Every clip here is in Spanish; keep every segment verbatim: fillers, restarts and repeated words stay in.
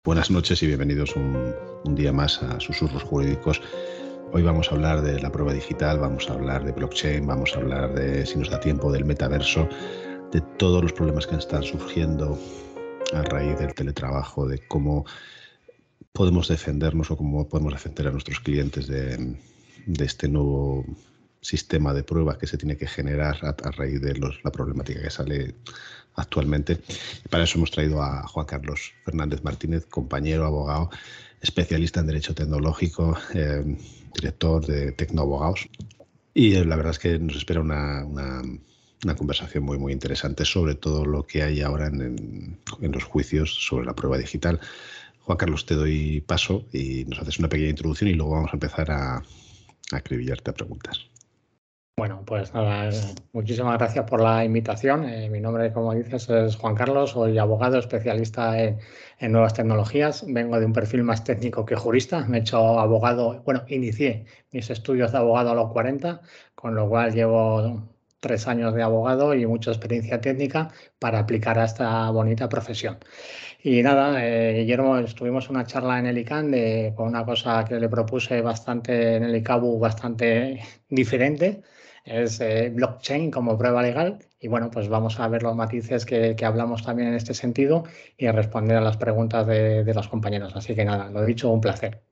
Buenas noches y bienvenidos un, un día más a Susurros Jurídicos. Hoy vamos a hablar de la prueba digital, vamos a hablar de blockchain, vamos a hablar de, si nos da tiempo, del metaverso, de todos los problemas que están surgiendo a raíz del teletrabajo, de cómo podemos defendernos o cómo podemos defender a nuestros clientes de, de este nuevo sistema de prueba que se tiene que generar a, a raíz de los, la problemática que sale actualmente. Y para eso hemos traído a Juan Carlos Fernández Martínez, compañero, abogado, especialista en Derecho Tecnológico, eh, director de Tecnoabogados. Y eh, la verdad es que nos espera una, una, una conversación muy, muy interesante sobre todo lo que hay ahora en, en, en los juicios sobre la prueba digital. Juan Carlos, te doy paso y nos haces una pequeña introducción y luego vamos a empezar a, a acribillarte a preguntas. Bueno, pues nada, muchísimas gracias por la invitación. Eh, mi nombre, como dices, es Juan Carlos, soy abogado especialista en, en nuevas tecnologías. Vengo de un perfil más técnico que jurista. Me he hecho abogado, bueno, inicié mis estudios de abogado a los cuarenta, con lo cual llevo tres años de abogado y mucha experiencia técnica para aplicar a esta bonita profesión. Y nada, eh, Guillermo, estuvimos una charla en el I C A N de, con una cosa que le propuse bastante en el I C A B U, bastante diferente. Es eh, blockchain como prueba legal y bueno, pues vamos a ver los matices que, que hablamos también en este sentido y a responder a las preguntas de, de los compañeros. Así que nada, lo dicho, un placer.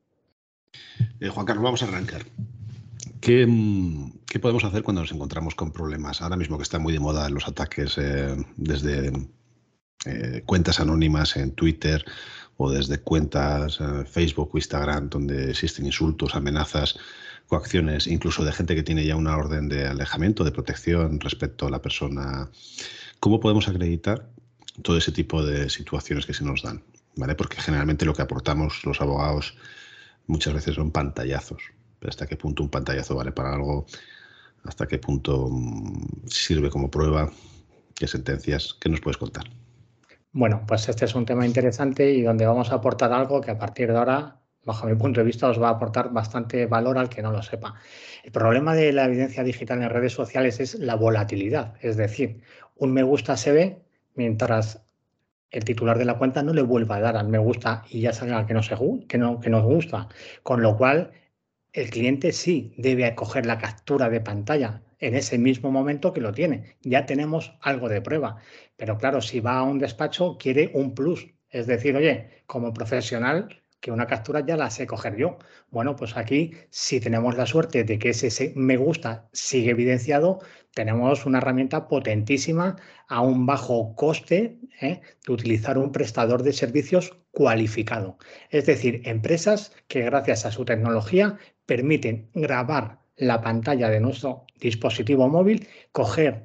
Eh, Juan Carlos, vamos a arrancar. ¿Qué, ¿Qué podemos hacer cuando nos encontramos con problemas? Ahora mismo que están muy de moda los ataques eh, desde eh, cuentas anónimas en Twitter o desde cuentas eh, Facebook o Instagram donde existen insultos, amenazas, coacciones, incluso de gente que tiene ya una orden de alejamiento, de protección respecto a la persona. ¿Cómo podemos acreditar todo ese tipo de situaciones que se nos dan? ¿Vale? Porque generalmente lo que aportamos los abogados muchas veces son pantallazos. Pero ¿hasta qué punto un pantallazo vale para algo? ¿Hasta qué punto mmm, sirve como prueba? ¿Qué sentencias? ¿Qué nos puedes contar? Bueno, pues este es un tema interesante y donde vamos a aportar algo que a partir de ahora, bajo mi punto de vista, os va a aportar bastante valor al que no lo sepa. El problema de la evidencia digital en redes sociales es la volatilidad, es decir, un me gusta se ve mientras el titular de la cuenta no le vuelva a dar al me gusta y ya salga que no, se, que no, que nos gusta, con lo cual el cliente sí debe coger la captura de pantalla en ese mismo momento que lo tiene. Ya tenemos algo de prueba. Pero claro, si va a un despacho, quiere un plus. Es decir, oye, como profesional, que una captura ya la sé coger yo. Bueno, pues aquí, si tenemos la suerte de que ese me gusta sigue evidenciado, tenemos una herramienta potentísima a un bajo coste ¿eh? de utilizar un prestador de servicios cualificado. Es decir, empresas que gracias a su tecnología permiten grabar la pantalla de nuestro dispositivo móvil, coger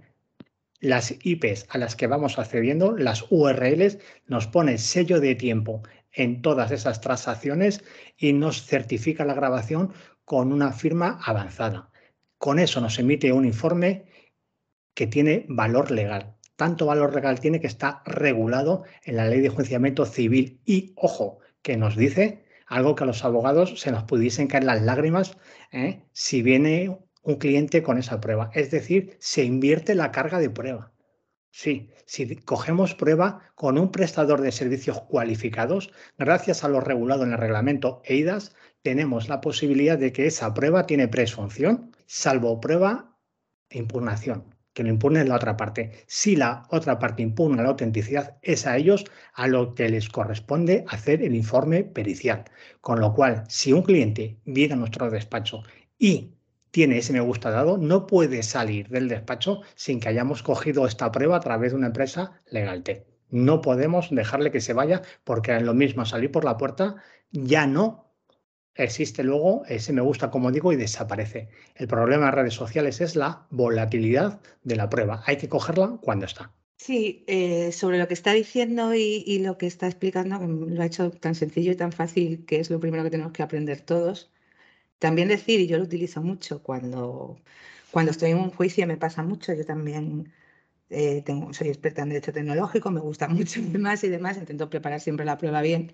las I Pes a las que vamos accediendo, las U R Ls, nos pone sello de tiempo en todas esas transacciones y nos certifica la grabación con una firma avanzada. Con eso nos emite un informe que tiene valor legal. Tanto valor legal tiene que está regulado en la Ley de Enjuiciamiento Civil y, ojo, que nos dice algo que a los abogados se nos pudiesen caer las lágrimas ¿eh? si viene un cliente con esa prueba. Es decir, se invierte la carga de prueba. Sí, si cogemos prueba con un prestador de servicios cualificados, gracias a lo regulado en el reglamento E I D A S, tenemos la posibilidad de que esa prueba tiene presunción, salvo prueba de impugnación, que lo impugne la otra parte. Si la otra parte impugna la autenticidad, es a ellos a lo que les corresponde hacer el informe pericial. Con lo cual, si un cliente viene a nuestro despacho y tiene ese me gusta dado, no puede salir del despacho sin que hayamos cogido esta prueba a través de una empresa LegalTech. No podemos dejarle que se vaya porque es lo mismo salir por la puerta, ya no existe luego ese me gusta, como digo, y desaparece. El problema de redes sociales es la volatilidad de la prueba. Hay que cogerla cuando está. Sí, eh, sobre lo que está diciendo y, y lo que está explicando, que lo ha hecho tan sencillo y tan fácil, que es lo primero que tenemos que aprender todos. También decir, y yo lo utilizo mucho cuando, cuando estoy en un juicio, me pasa mucho, yo también eh, tengo, soy experta en derecho tecnológico, me gusta mucho y demás y demás, intento preparar siempre la prueba bien.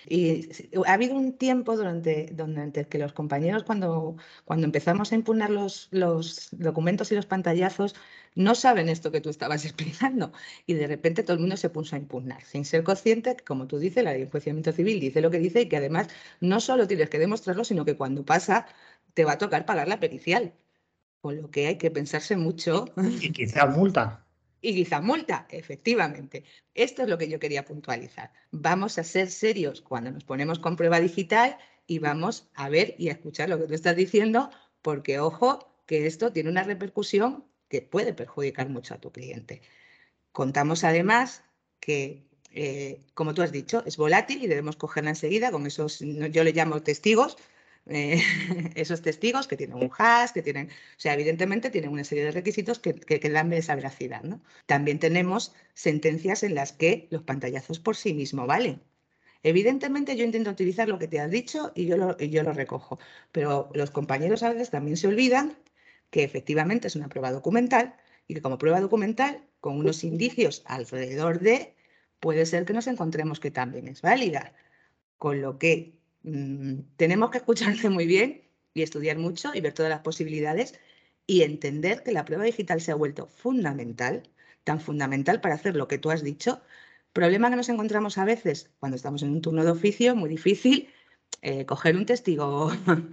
Y ha habido un tiempo durante, durante el que los compañeros, cuando, cuando empezamos a impugnar los, los documentos y los pantallazos, no saben esto que tú estabas explicando. Y de repente todo el mundo se puso a impugnar, sin ser consciente, que, como tú dices, la ley de enjuiciamiento civil dice lo que dice y que además no solo tienes que demostrarlo, sino que cuando pasa te va a tocar pagar la pericial. Con lo que hay que pensarse mucho. Y quizás multa. Y quizás multa, efectivamente. Esto es lo que yo quería puntualizar. Vamos a ser serios cuando nos ponemos con prueba digital y vamos a ver y a escuchar lo que tú estás diciendo, porque ojo, que esto tiene una repercusión que puede perjudicar mucho a tu cliente. Contamos además que, eh, como tú has dicho, es volátil y debemos cogerla enseguida con esos, yo le llamo testigos, eh, esos testigos que tienen un hash, que tienen, o sea, evidentemente tienen una serie de requisitos que, que, que dan esa veracidad, ¿no? También tenemos sentencias en las que los pantallazos por sí mismos valen. Evidentemente yo intento utilizar lo que te has dicho y yo lo, y yo lo recojo, pero los compañeros a veces también se olvidan que efectivamente es una prueba documental y que como prueba documental, con unos indicios alrededor de, puede ser que nos encontremos que también es válida. Con lo que mmm, tenemos que escucharse muy bien y estudiar mucho y ver todas las posibilidades y entender que la prueba digital se ha vuelto fundamental, tan fundamental para hacer lo que tú has dicho. Problema que nos encontramos a veces cuando estamos en un turno de oficio, muy difícil, eh, coger un testigo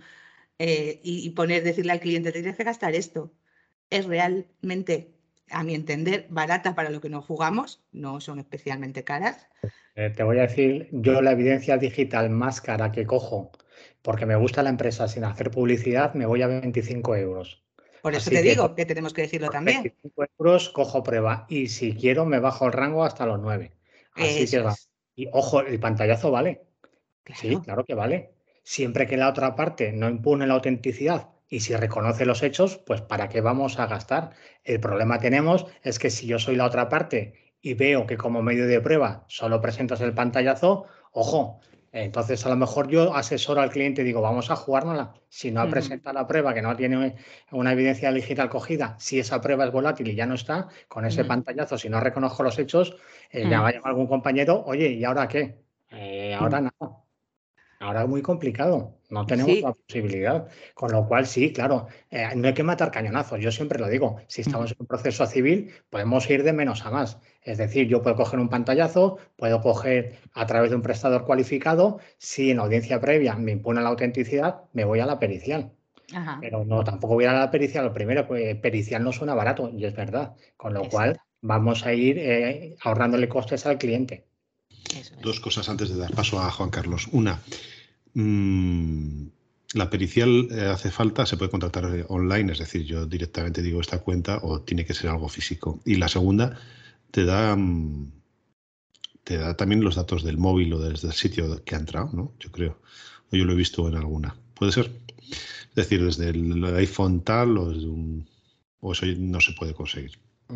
eh, y, y poner, decirle al cliente, tienes que gastar esto. Es realmente, a mi entender, barata para lo que nos jugamos, no son especialmente caras. Eh, te voy a decir, yo la evidencia digital más cara que cojo, porque me gusta la empresa sin hacer publicidad, me voy a veinticinco euros. Por eso Así te que digo que tenemos que decirlo por también. veinticinco euros cojo prueba y si quiero me bajo el rango hasta los nueve. Así Eso que va. es. Y ojo, el pantallazo vale. Claro. Sí, claro que vale. Siempre que la otra parte no impune la autenticidad y si reconoce los hechos, pues ¿para qué vamos a gastar? El problema tenemos es que si yo soy la otra parte y veo que como medio de prueba solo presentas el pantallazo, ojo, entonces a lo mejor yo asesoro al cliente y digo, vamos a jugárnosla. Si no Uh-huh. presenta la prueba, que no tiene una evidencia digital cogida, si esa prueba es volátil y ya no está, con ese uh-huh. pantallazo, si no reconozco los hechos, eh, uh-huh. ya va a llamar algún compañero, oye, ¿y ahora qué? Eh, ahora uh-huh. nada. Ahora es muy complicado, no tenemos sí. la posibilidad. Con lo cual, sí, claro, eh, no hay que matar cañonazos. Yo siempre lo digo, si estamos en un proceso civil, podemos ir de menos a más. Es decir, yo puedo coger un pantallazo, puedo coger a través de un prestador cualificado, si en la audiencia previa me impone la autenticidad, me voy a la pericial. Ajá. Pero no, tampoco voy a la pericial. Lo primero, pues pericial no suena barato, y es verdad. Con lo Exacto. cual, vamos a ir eh, ahorrándole costes al cliente. Dos cosas antes de dar paso a Juan Carlos. Una, mmm, la pericial eh, hace falta, se puede contratar online, es decir, yo directamente digo esta cuenta o tiene que ser algo físico. Y la segunda, te da, mmm, te da también los datos del móvil o desde el sitio que ha entrado, ¿no? Yo creo. O yo lo he visto en alguna. ¿Puede ser? Es decir, desde el iPhone tal o, desde un, o eso no se puede conseguir.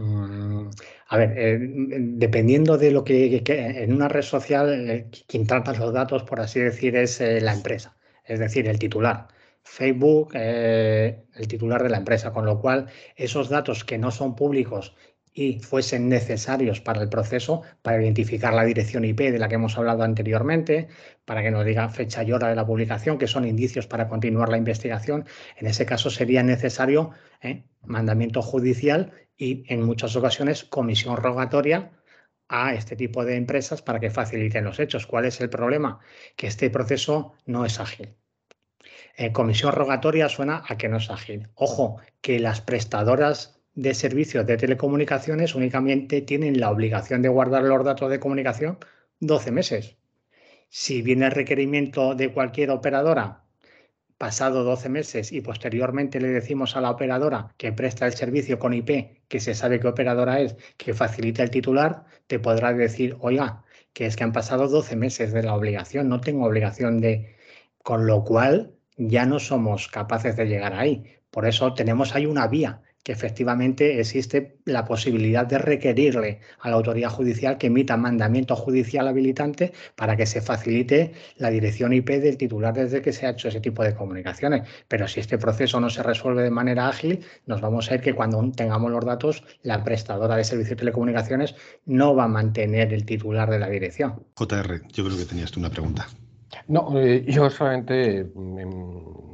A ver, eh, dependiendo de lo que, que en una red social, eh, quien trata los datos, por así decir, es eh, la empresa, es decir, el titular. Facebook, eh, el titular de la empresa, con lo cual esos datos que no son públicos y fuesen necesarios para el proceso, para identificar la dirección I P de la que hemos hablado anteriormente, para que nos diga fecha y hora de la publicación, que son indicios para continuar la investigación, en ese caso sería necesario eh, mandamiento judicial y en muchas ocasiones comisión rogatoria a este tipo de empresas para que faciliten los hechos. ¿Cuál es el problema? Que este proceso no es ágil. Eh, comisión rogatoria suena a que no es ágil. Ojo, que las prestadoras de servicios de telecomunicaciones únicamente tienen la obligación de guardar los datos de comunicación doce meses. Si viene el requerimiento de cualquier operadora pasado doce meses y posteriormente le decimos a la operadora que presta el servicio con I P, que se sabe qué operadora es, que facilita el titular, te podrá decir, oiga, que es que han pasado doce meses de la obligación, no tengo obligación de... Con lo cual ya no somos capaces de llegar ahí. Por eso tenemos ahí una vía, que efectivamente existe la posibilidad de requerirle a la autoridad judicial que emita mandamiento judicial habilitante para que se facilite la dirección I P del titular desde que se ha hecho ese tipo de comunicaciones. Pero si este proceso no se resuelve de manera ágil, nos vamos a ir que cuando tengamos los datos, la prestadora de servicios de telecomunicaciones no va a mantener el titular de la dirección. J R, yo creo que tenías tú una pregunta. No, eh, yo solamente en,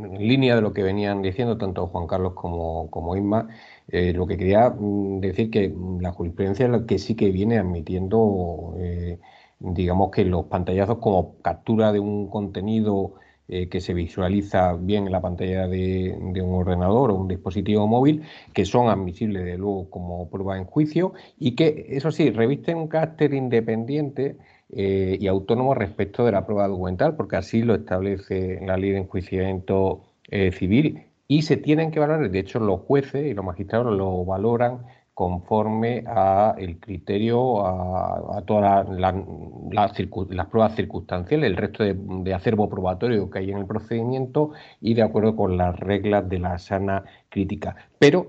en línea de lo que venían diciendo tanto Juan Carlos como, como Inma, eh, lo que quería mm, decir que la jurisprudencia es lo que sí que viene admitiendo, eh, digamos que los pantallazos como captura de un contenido eh, que se visualiza bien en la pantalla de, de un ordenador o un dispositivo móvil, que son admisibles de luego como prueba en juicio y que, eso sí, revisten un carácter independiente eh, y autónomo respecto de la prueba documental, porque así lo establece la ley de enjuiciamiento eh, civil y se tienen que valorar, de hecho los jueces y los magistrados lo valoran conforme a el criterio, a, a todas la, la, la las pruebas circunstanciales, el resto de, de acervo probatorio que hay en el procedimiento y de acuerdo con las reglas de la sana crítica. Pero,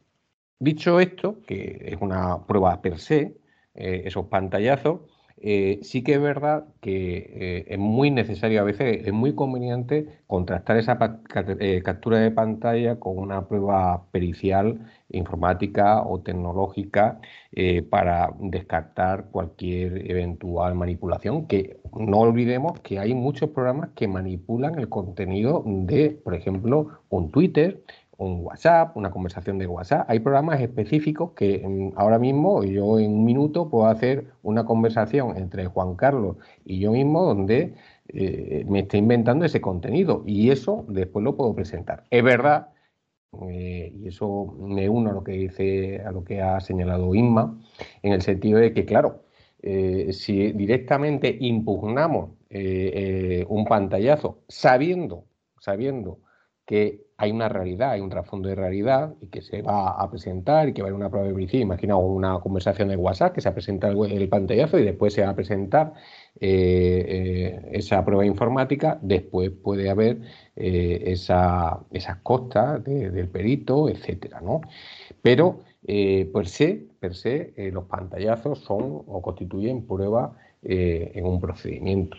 dicho esto, que es una prueba per se, eh, esos pantallazos, eh, sí que es verdad que eh, es muy necesario, a veces es muy conveniente contrastar esa eh, captura de pantalla con una prueba pericial, informática o tecnológica eh, para descartar cualquier eventual manipulación, que no olvidemos que hay muchos programas que manipulan el contenido de, por ejemplo, un Twitter, un WhatsApp, una conversación de WhatsApp. Hay programas específicos que mm, ahora mismo yo en un minuto puedo hacer una conversación entre Juan Carlos y yo mismo donde eh, me está inventando ese contenido y eso después lo puedo presentar. Es verdad, eh, y eso me uno a lo que dice, a lo que ha señalado Inma, en el sentido de que, claro, eh, si directamente impugnamos eh, eh, un pantallazo sabiendo, sabiendo que hay una realidad, hay un trasfondo de realidad y que se va a presentar y que va a haber una prueba de vericidad. Imaginaos una conversación de WhatsApp que se presenta el, el pantallazo y después se va a presentar eh, eh, esa prueba informática, después puede haber eh, esa, esas costas de, del perito, etcétera, ¿no? Pero eh, per se, per se eh, los pantallazos son o constituyen prueba eh, en un procedimiento.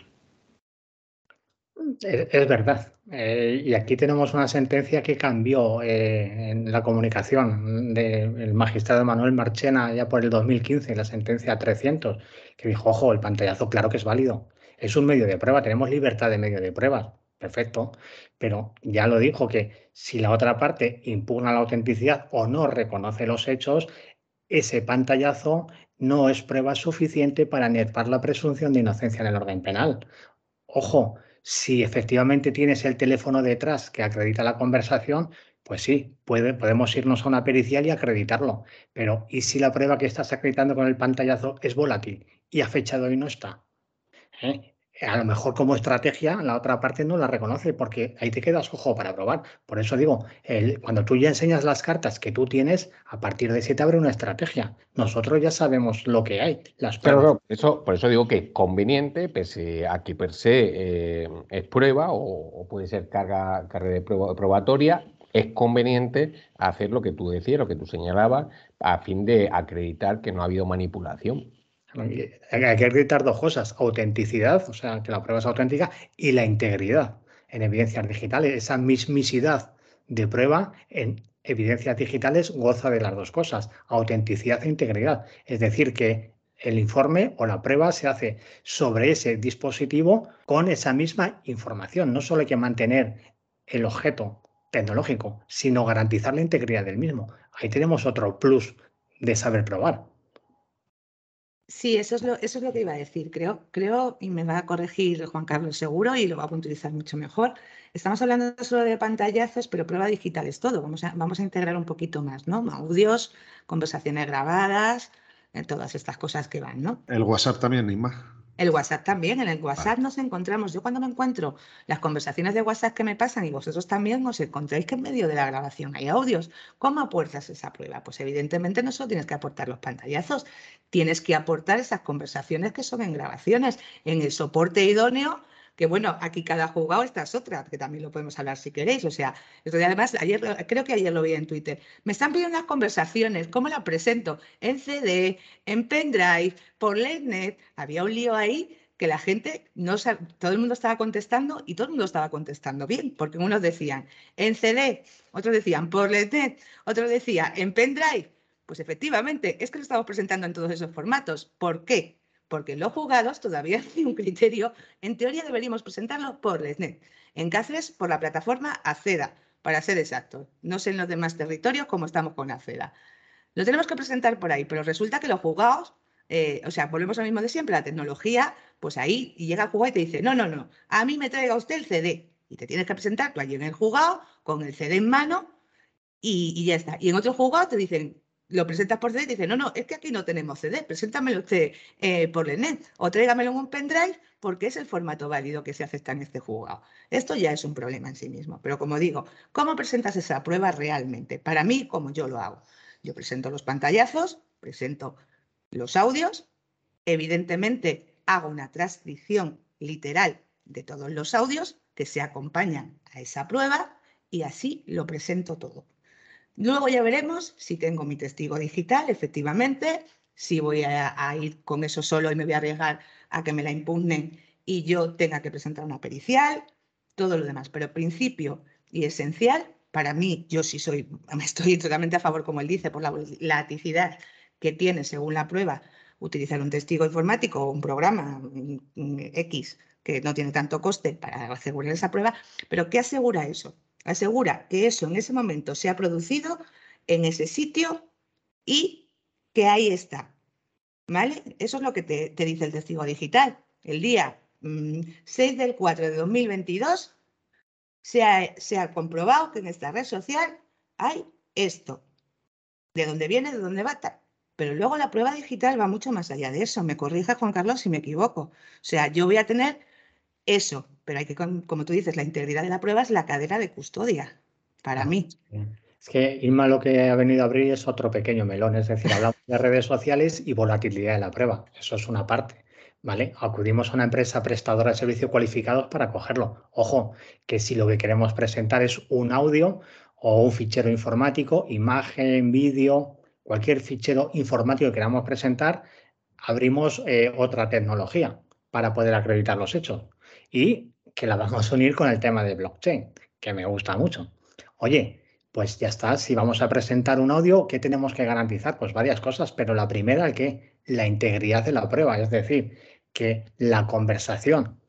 Es, es verdad. Eh, y aquí tenemos una sentencia que cambió eh, en la comunicación del magistrado Manuel Marchena ya por el dos mil quince, la sentencia trescientos, que dijo, ojo, el pantallazo claro que es válido. Es un medio de prueba, tenemos libertad de medio de pruebas. Perfecto. Pero ya lo dijo que si la otra parte impugna la autenticidad o no reconoce los hechos, ese pantallazo no es prueba suficiente para negar la presunción de inocencia en el orden penal. Ojo, si efectivamente tienes el teléfono detrás que acredita la conversación, pues sí, puede, podemos irnos a una pericial y acreditarlo. Pero ¿y si la prueba que estás acreditando con el pantallazo es volátil y a fecha de hoy no está? ¿Eh? A lo mejor como estrategia la otra parte no la reconoce porque ahí te quedas ojo para probar. Por eso digo, el, cuando tú ya enseñas las cartas que tú tienes, a partir de ahí se te abre una estrategia. Nosotros ya sabemos lo que hay, las pruebas. Claro, eso, por eso digo que es conveniente, pese a que per se eh, es prueba o, o puede ser carga, carga de prueba, probatoria, es conveniente hacer lo que tú decías, lo que tú señalabas, a fin de acreditar que no ha habido manipulación. Hay que acreditar dos cosas, autenticidad, o sea, que la prueba es auténtica, y la integridad en evidencias digitales. Esa mismicidad de prueba en evidencias digitales goza de las dos cosas, autenticidad e integridad. Es decir, que el informe o la prueba se hace sobre ese dispositivo con esa misma información. No solo hay que mantener el objeto tecnológico, sino garantizar la integridad del mismo. Ahí tenemos otro plus de saber probar. Sí, eso es lo, eso es lo que iba a decir. Creo, creo, y me va a corregir Juan Carlos seguro y lo va a puntualizar mucho mejor. Estamos hablando solo de pantallazos, pero prueba digital es todo. Vamos a, vamos a integrar un poquito más, ¿no? Audios, conversaciones grabadas, eh, todas estas cosas que van, ¿no? El WhatsApp también, Inma. El WhatsApp también, en el WhatsApp Vale. nos encontramos. Yo cuando me encuentro las conversaciones de WhatsApp que me pasan y vosotros también os encontráis que en medio de la grabación hay audios. ¿Cómo aportas esa prueba? Pues evidentemente no solo tienes que aportar los pantallazos, tienes que aportar esas conversaciones que son en grabaciones, en el soporte idóneo, que bueno, aquí cada juzgado, esta es otra, que también lo podemos hablar si queréis. O sea, esto de además, ayer, creo que ayer lo vi en Twitter, me están pidiendo las conversaciones, ¿cómo las presento? En C D, en pendrive, por LetNet. Había un lío ahí que la gente, no sab... todo el mundo estaba contestando y todo el mundo estaba contestando bien, porque unos decían en C D, otros decían por LetNet, otros decían en pendrive. Pues efectivamente, es que lo estamos presentando en todos esos formatos. ¿Por qué? porque en los juzgados todavía hay un criterio. En teoría deberíamos presentarlo por LESNET. En Cáceres, por la plataforma ACEDA, para ser exactos. No sé en los demás territorios cómo estamos con ACEDA. Lo tenemos que presentar por ahí, pero resulta que los juzgados, eh, o sea, volvemos al mismo de siempre, la tecnología, pues ahí y llega el juzgado y te dice, no, no, no, a mí me traiga usted el C D. Y te tienes que presentar tú allí en el juzgado con el C D en mano y, y ya está. Y en otro juzgado te dicen, lo presentas por C D y te dicen, no, no, es que aquí no tenemos C D, preséntamelo usted eh, por LESNET o tráigamelo en un pendrive porque es el formato válido que se acepta en este juzgado. Esto ya es un problema en sí mismo. Pero como digo, ¿cómo presentas esa prueba realmente? Para mí, como yo lo hago. Yo presento los pantallazos, presento los audios, evidentemente hago una transcripción literal de todos los audios que se acompañan a esa prueba y así lo presento todo. Luego ya veremos si tengo mi testigo digital, efectivamente, si voy a, a ir con eso solo y me voy a arriesgar a que me la impugnen y yo tenga que presentar una pericial, todo lo demás. Pero principio y esencial, para mí, yo sí soy, estoy totalmente a favor, como él dice, por la laticidad que tiene según la prueba, utilizar un testigo informático o un programa X que no tiene tanto coste para asegurar esa prueba, pero ¿qué asegura eso? Asegura que eso en ese momento se ha producido en ese sitio y que ahí está, ¿vale? Eso es lo que te, te dice el testigo digital. El día mmm, seis del cuatro de dos mil veintidós se ha, se ha comprobado que en esta red social hay esto. ¿De dónde viene? ¿De dónde va? Pero luego la prueba digital va mucho más allá de eso. Me corrija, Juan Carlos, si me equivoco. O sea, yo voy a tener eso, pero hay que, como tú dices, la integridad de la prueba es la cadena de custodia, para Claro, mí. Es que Inma lo que ha venido a abrir es otro pequeño melón, es decir, hablamos de redes sociales y volatilidad de la prueba, eso es una parte, ¿vale? Acudimos a una empresa prestadora de servicios cualificados para cogerlo. Ojo, que si lo que queremos presentar es un audio o un fichero informático, imagen, vídeo, cualquier fichero informático que queramos presentar, abrimos eh, otra tecnología para poder acreditar los hechos y que la vamos a unir con el tema de blockchain, que me gusta mucho. Oye, pues ya está, si vamos a presentar un audio, ¿qué tenemos que garantizar? Pues varias cosas, pero la primera, ¿qué? La integridad de la prueba, es decir, que la conversación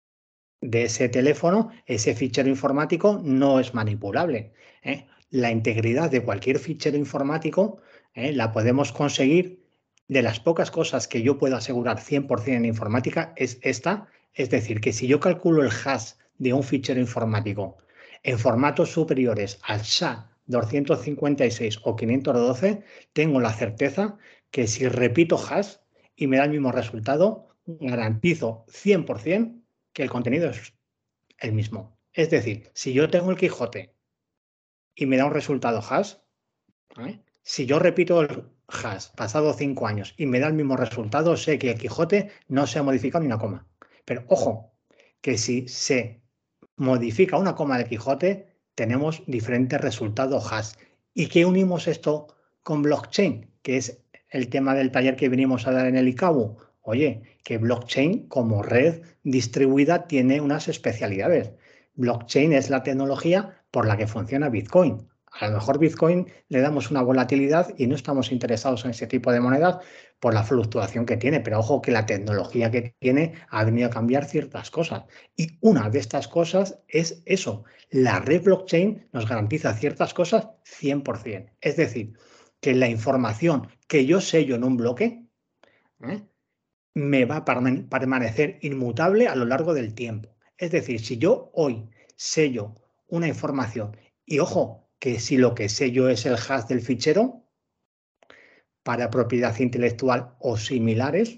de ese teléfono, ese fichero informático, no es manipulable, ¿eh? La integridad de cualquier fichero informático ¿eh? la podemos conseguir. De las pocas cosas que yo puedo asegurar cien por cien en informática es esta, es decir, que si yo calculo el hash de un fichero informático en formatos superiores al S H A doscientos cincuenta y seis o quinientos doce, tengo la certeza que si repito hash y me da el mismo resultado, garantizo cien por cien que el contenido es el mismo. Es decir, si yo tengo el Quijote y me da un resultado hash, ¿eh? Si yo repito el hash pasado cinco años y me da el mismo resultado, sé que el Quijote no se ha modificado ni una coma. Pero ojo, que si se modifica una coma del Quijote, tenemos diferentes resultados hash. ¿Y qué unimos esto con blockchain? Que es el tema del taller que venimos a dar en el I C A U. Oye, que blockchain como red distribuida tiene unas especialidades. Blockchain es la tecnología por la que funciona Bitcoin. A lo mejor Bitcoin le damos una volatilidad y no estamos interesados en ese tipo de monedas por la fluctuación que tiene, pero ojo que la tecnología que tiene ha venido a cambiar ciertas cosas. Y una de estas cosas es eso, la red blockchain nos garantiza ciertas cosas cien por cien. Es decir, que la información que yo sello en un bloque ¿eh? me va a permanecer inmutable a lo largo del tiempo. Es decir, si yo hoy sello una información y ojo, que si lo que sello es el hash del fichero para propiedad intelectual o similares,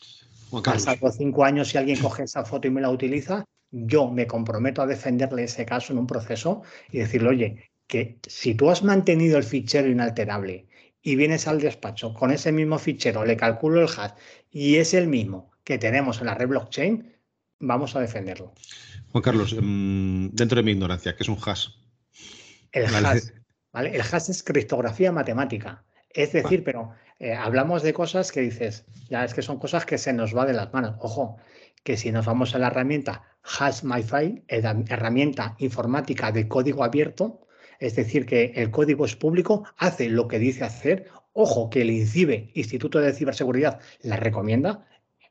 pasados cinco años si alguien coge esa foto y me la utiliza, yo me comprometo a defenderle ese caso en un proceso y decirle, oye, que si tú has mantenido el fichero inalterable y vienes al despacho con ese mismo fichero, le calculo el hash y es el mismo que tenemos en la red blockchain, vamos a defenderlo. Juan Carlos, dentro de mi ignorancia, ¿qué es un hash? El vale. hash, ¿vale? El hash es criptografía matemática. Es decir, pero eh, hablamos de cosas que dices, ya es que son cosas que se nos va de las manos. Ojo, que si nos vamos a la herramienta HashMyFile, herramienta informática de código abierto, es decir, que el código es público, hace lo que dice hacer. Ojo, que el INCIBE, Instituto de Ciberseguridad, la recomienda.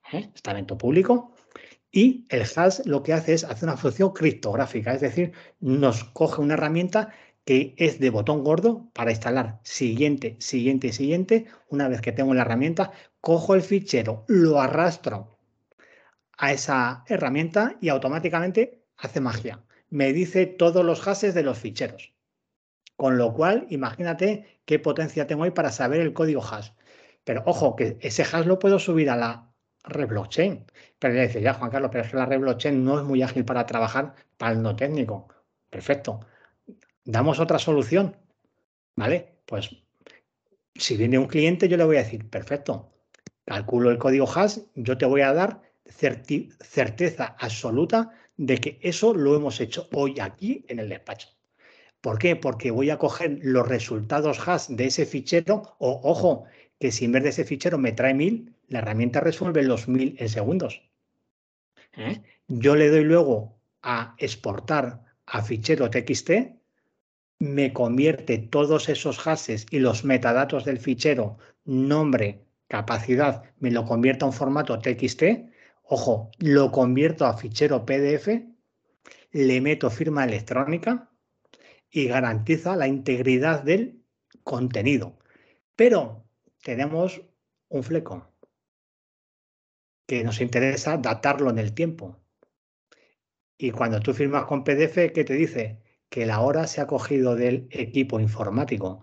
¿eh? Estamento público. Y el hash lo que hace es hacer una función criptográfica, es decir, nos coge una herramienta que es de botón gordo para instalar siguiente, siguiente, siguiente. Una vez que tengo la herramienta, cojo el fichero, lo arrastro a esa herramienta y automáticamente hace magia. Me dice todos los hashes de los ficheros. Con lo cual, imagínate qué potencia tengo ahí para saber el código hash. Pero ojo, que ese hash lo puedo subir a la red blockchain. Pero le dice, ya Juan Carlos, pero es que la red blockchain no es muy ágil para trabajar para el no técnico. Perfecto. Damos otra solución. ¿Vale? Pues si viene un cliente, yo le voy a decir, perfecto, calculo el código hash, yo te voy a dar certeza absoluta de que eso lo hemos hecho hoy aquí en el despacho. ¿Por qué? Porque voy a coger los resultados hash de ese fichero, o ojo, que si en vez de ese fichero me trae mil, la herramienta resuelve los mil en segundos. ¿Eh? Yo le doy luego a exportar a fichero T X T, me convierte todos esos hashes y los metadatos del fichero, nombre, capacidad, me lo convierto a un formato T X T, ojo, lo convierto a fichero P D F, le meto firma electrónica y garantiza la integridad del contenido. Pero tenemos un fleco que nos interesa datarlo en el tiempo. Y cuando tú firmas con P D F, ¿qué te dice? Que la hora se ha cogido del equipo informático.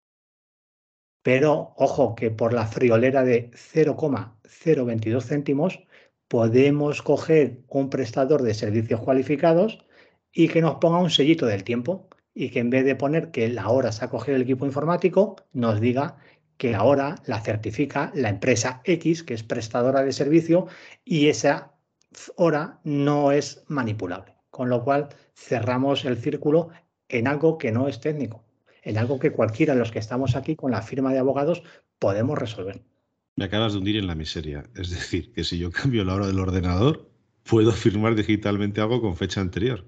Pero, ojo, que por la friolera de cero coma cero veintidós céntimos podemos coger un prestador de servicios cualificados y que nos ponga un sellito del tiempo y que en vez de poner que la hora se ha cogido el equipo informático, nos diga que la hora la certifica la empresa X, que es prestadora de servicio, y esa hora no es manipulable. Con lo cual cerramos el círculo en algo que no es técnico, en algo que cualquiera de los que estamos aquí con la firma de abogados podemos resolver. Me acabas de hundir en la miseria. Es decir, que si yo cambio la hora del ordenador, puedo firmar digitalmente algo con fecha anterior.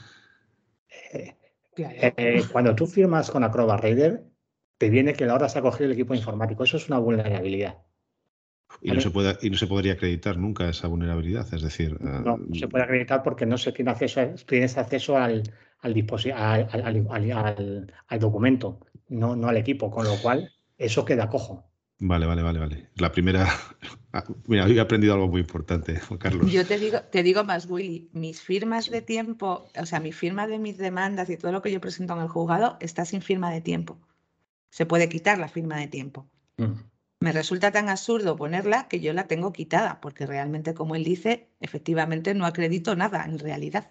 Eh, eh, cuando tú firmas con Acrobat Reader, te viene que la hora se ha cogido el equipo informático. Eso es una vulnerabilidad. Y no, se puede, y no se podría acreditar nunca esa vulnerabilidad. Es decir, no, no se puede acreditar porque no se tiene acceso, a, tienes acceso al, al, al, al, al, al, al documento, no, no al equipo, con lo cual eso queda cojo. Vale, vale, vale, vale. La primera. Mira, hoy he aprendido algo muy importante, Juan Carlos. Yo te digo, te digo más, Willy, mis firmas de tiempo, o sea, mi firma de mis demandas y todo lo que yo presento en el juzgado está sin firma de tiempo. Se puede quitar la firma de tiempo. Mm. Me resulta tan absurdo ponerla que yo la tengo quitada, porque realmente, como él dice, efectivamente no acredito nada en realidad.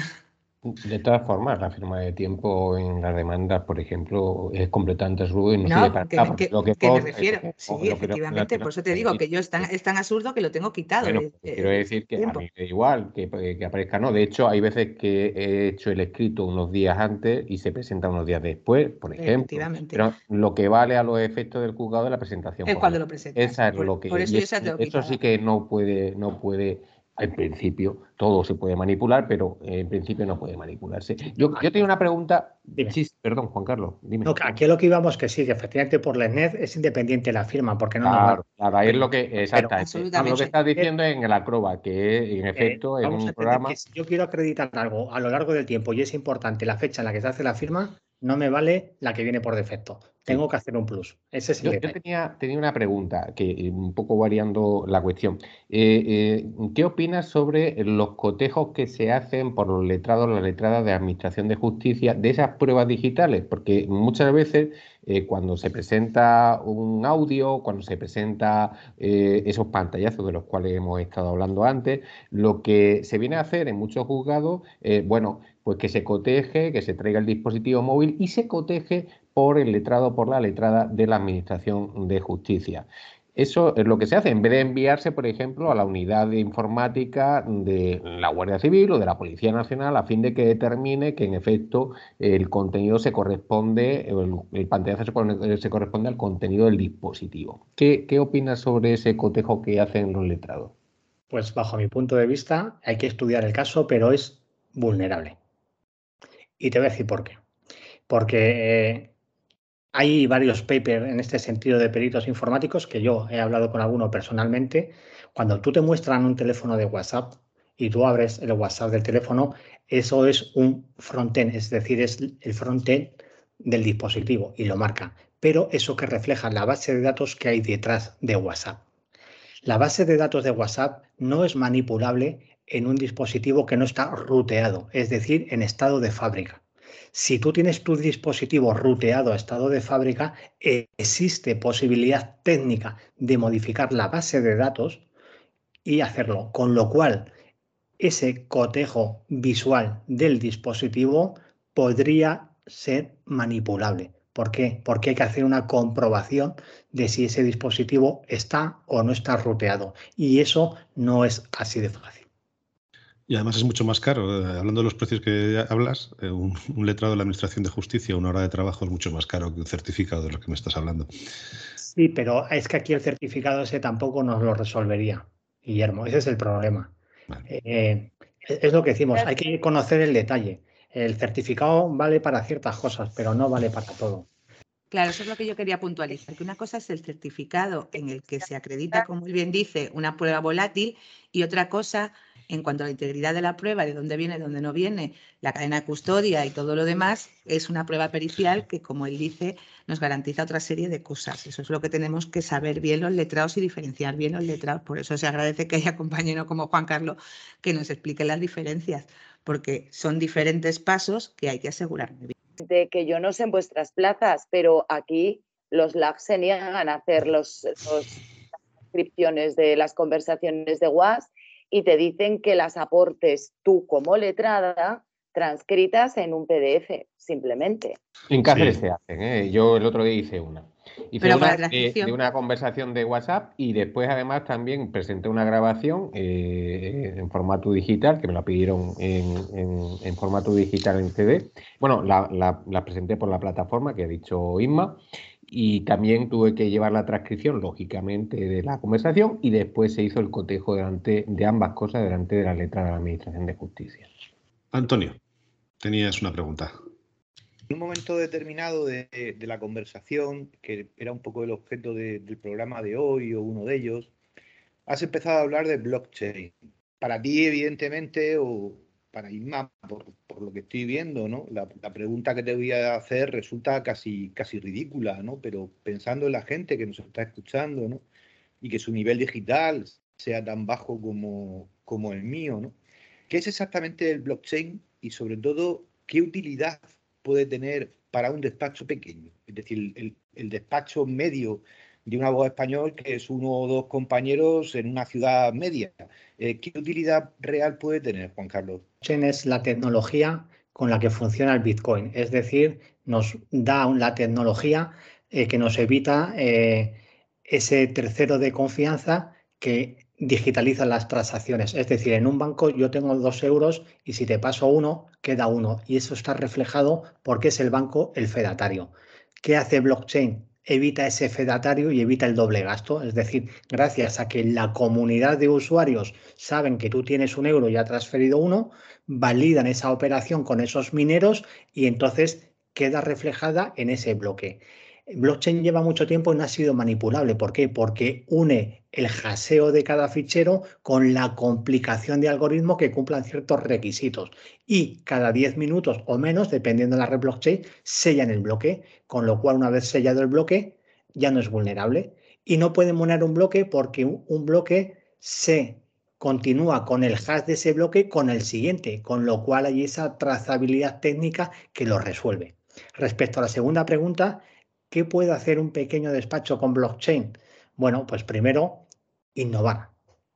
De todas formas, la firma de tiempo en las demandas, por ejemplo, es completamente absurdo y no, no sirve para que, nada. Que, lo que, que por, me refiero, eh, sí, lo que, efectivamente, por eso te digo que yo es tan, es tan absurdo que lo tengo quitado. Bueno, de, pues quiero decir que tiempo. a mí me da igual que, que aparezca, no. De hecho, hay veces que he hecho el escrito unos días antes y se presenta unos días después, por ejemplo. Pero lo que vale a los efectos del juzgado es la presentación. Es cuando lo presentas. Esa es por, lo que. Por eso, y yo es, eso sí que no puede, no puede. En principio, todo se puede manipular, pero en principio no puede manipularse. Yo, yo tengo una pregunta. Dime. Sí, perdón, Juan Carlos, dime. No, aquí lo que íbamos que sí, que efectivamente por la net es independiente la firma, porque no claro, nos va. Claro, ahí es lo que, exactamente. Pero, lo que estás diciendo es en el Acrobat, que en efecto eh, es un programa. Que si yo quiero acreditar algo a lo largo del tiempo y es importante la fecha en la que se hace la firma, no me vale la que viene por defecto. Tengo sí. que hacer un plus. Ese es el yo, detalle. Yo tenía, tenía una pregunta, que un poco variando la cuestión. Eh, eh, ¿Qué opinas sobre los cotejos que se hacen por los letrados, las letradas de Administración de Justicia de esas pruebas digitales? Porque muchas veces eh, cuando se presenta un audio, cuando se presenta eh, esos pantallazos de los cuales hemos estado hablando antes, lo que se viene a hacer en muchos juzgados, eh, bueno, pues que se coteje, que se traiga el dispositivo móvil y se coteje por el letrado, por la letrada de la Administración de Justicia. Eso es lo que se hace, en vez de enviarse, por ejemplo, a la unidad de informática de la Guardia Civil o de la Policía Nacional a fin de que determine que, en efecto, el contenido se corresponde, el, el pantallazo se, se corresponde al contenido del dispositivo. ¿Qué, qué opinas sobre ese cotejo que hacen los letrados? Pues, bajo mi punto de vista, hay que estudiar el caso, pero es vulnerable. Y te voy a decir por qué. Porque eh, hay varios papers en este sentido de peritos informáticos que yo he hablado con alguno personalmente. Cuando tú te muestran un teléfono de WhatsApp y tú abres el WhatsApp del teléfono, eso es un frontend, es decir, es el frontend del dispositivo y lo marca. Pero eso que refleja la base de datos que hay detrás de WhatsApp. La base de datos de WhatsApp no es manipulable en un dispositivo que no está ruteado, es decir, en estado de fábrica. Si tú tienes tu dispositivo ruteado a estado de fábrica, existe posibilidad técnica de modificar la base de datos y hacerlo, con lo cual ese cotejo visual del dispositivo podría ser manipulable. ¿Por qué? Porque hay que hacer una comprobación de si ese dispositivo está o no está ruteado. Y eso no es así de fácil. Y además es mucho más caro. Eh, hablando de los precios que hablas, eh, un, un letrado de la Administración de Justicia, una hora de trabajo es mucho más caro que un certificado de lo que me estás hablando. Sí, pero es que aquí el certificado ese tampoco nos lo resolvería, Guillermo. Ese es el problema. Vale. Eh, es lo que decimos, hay que conocer el detalle. El certificado vale para ciertas cosas, pero no vale para todo. Claro, eso es lo que yo quería puntualizar, que una cosa es el certificado en el que se acredita, como muy bien dice, una prueba volátil, y otra cosa, en cuanto a la integridad de la prueba, de dónde viene, de dónde no viene, la cadena de custodia y todo lo demás, es una prueba pericial que, como él dice, nos garantiza otra serie de cosas. Eso es lo que tenemos que saber bien los letrados y diferenciar bien los letrados. Por eso se agradece que haya compañeros como Juan Carlos que nos expliquen las diferencias, porque son diferentes pasos que hay que asegurar muy bien. De que yo no sé en vuestras plazas, pero aquí los L A G se niegan a hacer los, los, las transcripciones de las conversaciones de WhatsApp y te dicen que las aportes tú como letrada transcritas en un P D F, simplemente. En Cáceres sí se hacen, ¿eh? Yo el otro día hice una. Hice pero una de, de una conversación de WhatsApp y después además también presenté una grabación eh, en formato digital, que me la pidieron en, en, en formato digital en C D. Bueno, la, la, la presenté por la plataforma que ha dicho Inma y también tuve que llevar la transcripción, lógicamente, de la conversación y después se hizo el cotejo delante de ambas cosas delante de la letra de la Administración de Justicia. Antonio, tenías una pregunta. En un momento determinado de, de la conversación, que era un poco el objeto de, del programa de hoy o uno de ellos, has empezado a hablar de blockchain. Para ti, evidentemente, o para Inma, por, por lo que estoy viendo, ¿no? La, la pregunta que te voy a hacer resulta casi, casi ridícula, ¿no? Pero pensando en la gente que nos está escuchando, ¿no? Y que su nivel digital sea tan bajo como, como el mío, ¿no? ¿Qué es exactamente el blockchain y, sobre todo, qué utilidad puede tener para un despacho pequeño? Es decir, el, el despacho medio de un abogado español que es uno o dos compañeros en una ciudad media. Eh, ¿Qué utilidad real puede tener, Juan Carlos? Blockchain es la tecnología con la que funciona el Bitcoin, es decir, nos da la tecnología eh, que nos evita eh, ese tercero de confianza que digitaliza las transacciones. Es decir, en un banco yo tengo dos euros y si te paso uno, queda uno. Y eso está reflejado porque es el banco el fedatario. ¿Qué hace blockchain? Evita ese fedatario y evita el doble gasto. Es decir, gracias a que la comunidad de usuarios saben que tú tienes un euro y ha transferido uno, validan esa operación con esos mineros y entonces queda reflejada en ese bloque. Blockchain lleva mucho tiempo y no ha sido manipulable. ¿Por qué? Porque une el haseo de cada fichero con la complicación de algoritmos que cumplan ciertos requisitos. Y cada diez minutos o menos, dependiendo de la red blockchain, sellan el bloque, con lo cual una vez sellado el bloque ya no es vulnerable. Y no pueden vulnerar un bloque porque un bloque se continúa con el hash de ese bloque con el siguiente, con lo cual hay esa trazabilidad técnica que lo resuelve. Respecto a la segunda pregunta, ¿qué puede hacer un pequeño despacho con blockchain? Bueno, pues primero, innovar.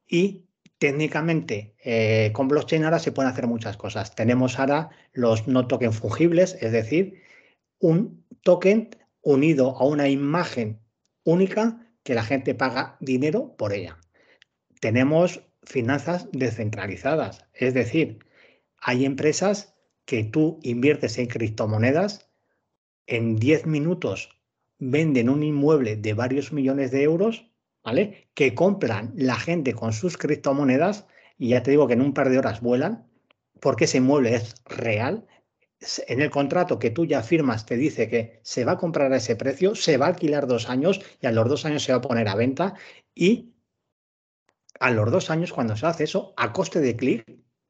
Y técnicamente, eh, con blockchain ahora se pueden hacer muchas cosas. Tenemos ahora los no token fungibles, es decir, un token unido a una imagen única que la gente paga dinero por ella. Tenemos finanzas descentralizadas, es decir, hay empresas que tú inviertes en criptomonedas, en diez minutos venden un inmueble de varios millones de euros, ¿vale? Que compran la gente con sus criptomonedas y ya te digo que en un par de horas vuelan porque ese inmueble es real. En el contrato que tú ya firmas te dice que se va a comprar a ese precio, se va a alquilar dos años y a los dos años se va a poner a venta y a los dos años, cuando se hace eso, a coste de clic,